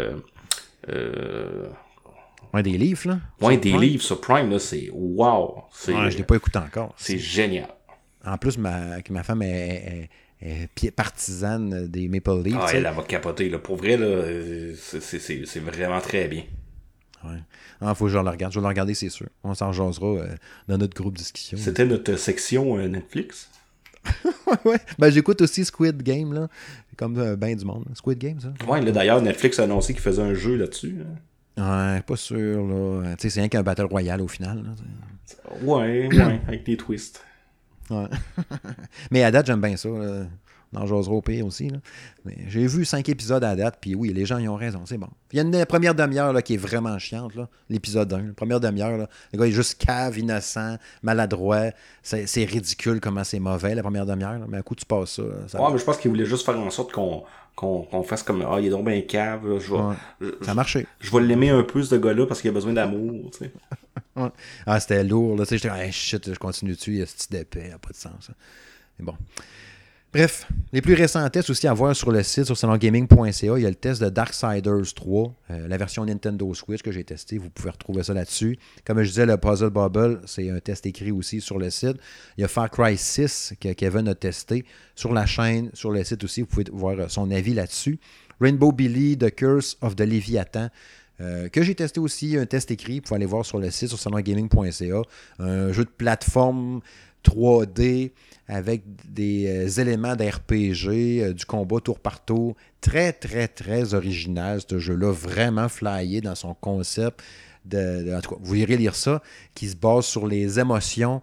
Ouais, des livres, là. Ouais, des livres sur Prime, là, c'est wow. Ouais, je l'ai pas écouté encore. C'est génial. En plus, ma femme est partisane des Maple Leafs. Ah, elle va capoter, là. Pour vrai, là, c'est vraiment très bien. Ouais. Ah, faut que je le regarde. Je vais le regarder, c'est sûr. On s'en jasera dans notre groupe discussion. C'était notre section Netflix. Ouais. Ben, j'écoute aussi Squid Game, là. Comme ben du monde. Squid Game, ça. Ouais, là, d'ailleurs, Netflix a annoncé qu'il faisait un jeu là-dessus. Hein. Ouais, pas sûr, là. Tu sais, c'est rien qu'un Battle Royale au final. Là, ouais, avec des twists. Ouais. Mais à date, j'aime bien ça. Là. On en jasera au pire aussi. Là. Mais j'ai vu 5 épisodes à date, puis oui, les gens y ont raison, c'est bon. Il y a une première demi-heure là, qui est vraiment chiante, là, l'épisode 1. La première demi-heure, là, le gars est juste cave, innocent, maladroit. C'est ridicule comment c'est mauvais, la première demi-heure. Là. Mais à coup, tu passes ça. Ouais, mais je pense qu'il voulait juste faire en sorte qu'on fasse comme il est donc bien cave. Là, ça a marché. Je vais l'aimer un peu, ce gars-là, parce qu'il a besoin d'amour. Tu sais. Ouais. Ah, c'était lourd. Là. J'étais hey, shit, je continue dessus, il y a ce petit épais, ça n'a pas de sens. Ça. Mais bon. Bref, les plus récents tests aussi à voir sur le site, sur salongaming.ca. Il y a le test de Darksiders 3, la version Nintendo Switch que j'ai testé. Vous pouvez retrouver ça là-dessus. Comme je disais, le Puzzle Bubble, c'est un test écrit aussi sur le site. Il y a Far Cry 6 que Kevin a testé sur la chaîne, sur le site aussi. Vous pouvez voir son avis là-dessus. Rainbow Billy, The Curse of the Leviathan. que j'ai testé aussi, un test écrit, vous pouvez aller voir sur le site, sur salongaming.ca, un jeu de plateforme 3D avec des éléments d'RPG, du combat tour par tour, très, très, très original, ce jeu-là, vraiment flyé dans son concept, en tout cas, vous irez lire ça, qui se base sur les émotions.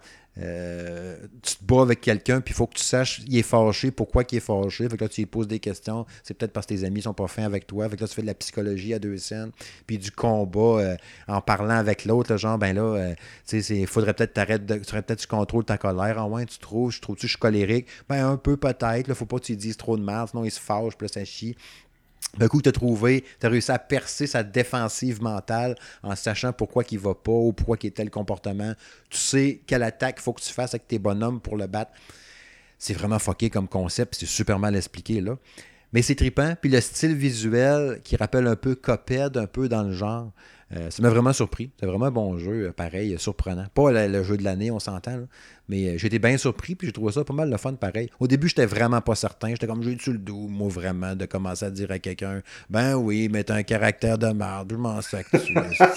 Tu te bats avec quelqu'un, puis il faut que tu saches, il est fâché, pourquoi il est fâché. Fait que là, tu lui poses des questions. C'est peut-être parce que tes amis sont pas fins avec toi. Fait que là, tu fais de la psychologie à deux scènes, puis du combat en parlant avec l'autre. Là, genre, ben là, tu sais, il faudrait peut-être tu contrôles ta colère. En moins, tu trouves, je suis colérique. Ben, un peu peut-être. Là, faut pas que tu lui dises trop de mal, sinon il se fâche, puis là, ça chie. D'un coup, tu as réussi à percer sa défensive mentale en sachant pourquoi il ne va pas ou pourquoi il a tel comportement. Tu sais quelle attaque il faut que tu fasses avec tes bonhommes pour le battre. C'est vraiment fucké comme concept, c'est super mal expliqué, là. Mais c'est trippant. Puis le style visuel qui rappelle un peu Cuphead, un peu dans le genre, ça m'a vraiment surpris. C'est vraiment un bon jeu, pareil, surprenant. Pas le jeu de l'année, on s'entend, là, mais j'ai été bien surpris, puis j'ai trouvé ça pas mal le fun, pareil. Au début, j'étais vraiment pas certain. J'étais comme, j'ai-tu le dos, moi, vraiment, de commencer à dire à quelqu'un, ben oui, mais t'as un caractère de merde, je m'en sac dessus.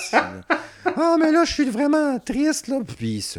Ah, mais là, je suis vraiment triste, là. Puis ça,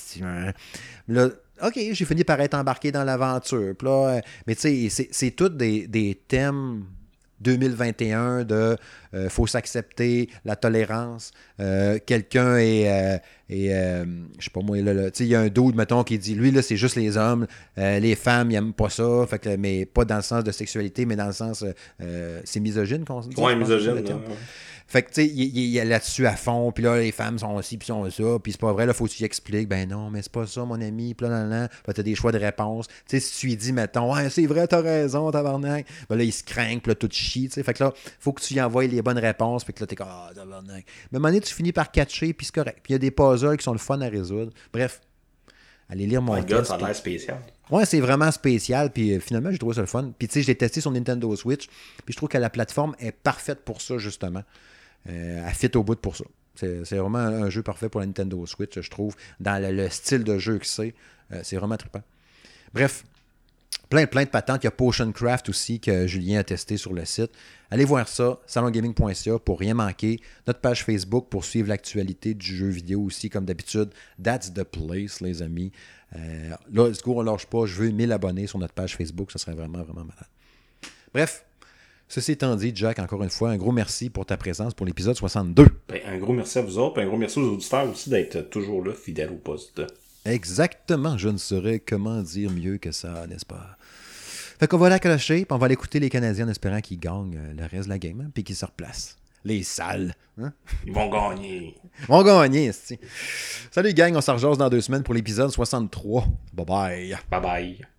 là, OK, j'ai fini par être embarqué dans l'aventure. Puis là, mais tu sais, c'est tous des thèmes 2021 de faut s'accepter, la tolérance. Quelqu'un est je sais pas moi, tu sais, il y a un dude, mettons, qui dit lui, là, c'est juste les hommes, les femmes, ils aiment pas ça, fait que, mais pas dans le sens de sexualité, mais dans le sens c'est misogyne qu'on se dit. Ouais, misogyne. Fait que, tu sais, il est là-dessus à fond, puis là, les femmes sont ci, puis sont ça, puis c'est pas vrai, là, faut que tu y expliques, ben non, mais c'est pas ça, mon ami, puis là, t'as des choix de réponse. Tu sais, si tu lui dis, mettons, ouais, c'est vrai, t'as raison, tabarnak, ben là, il se craint, puis là, tout chie, tu sais, fait que là, faut que tu y envoies les bonnes réponses, puis que là, t'es comme, ah, tabarnak. Mais à un moment donné, tu finis par catcher, puis c'est correct. Puis il y a des puzzles qui sont le fun à résoudre. Bref, allez lire mon test. Ça a l'air spécial. Ouais, c'est vraiment spécial, puis finalement, j'ai trouvé ça le fun. Puis tu sais, je l'ai testé sur Nintendo Switch, puis je trouve que la plateforme est parfaite pour ça, justement. Elle fit au bout pour ça. C'est vraiment un jeu parfait pour la Nintendo Switch, je trouve, dans le style de jeu que c'est. C'est vraiment trippant. Bref, plein de patentes. Il y a Potion Craft aussi que Julien a testé sur le site. Allez voir ça, salongaming.ca pour rien manquer. Notre page Facebook pour suivre l'actualité du jeu vidéo aussi, comme d'habitude. That's the place, les amis. Là, du coup, on ne lâche pas. Je veux 1000 abonnés sur notre page Facebook. Ça serait vraiment, vraiment malade. Bref. Ceci étant dit, Jack, encore une fois, un gros merci pour ta présence pour l'épisode 62. Ben, un gros merci à vous autres, puis un gros merci aux auditeurs aussi d'être toujours là, fidèles au poste. Exactement, je ne saurais comment dire mieux que ça, n'est-ce pas? Fait qu'on va l'accrocher, puis on va aller écouter les Canadiens en espérant qu'ils gagnent le reste de la game, hein, puis qu'ils se replacent. Les salles. Hein? Ils vont gagner. Ils vont gagner, c'est. Salut gang, on s'en rejase dans 2 semaines pour l'épisode 63. Bye bye. Bye bye.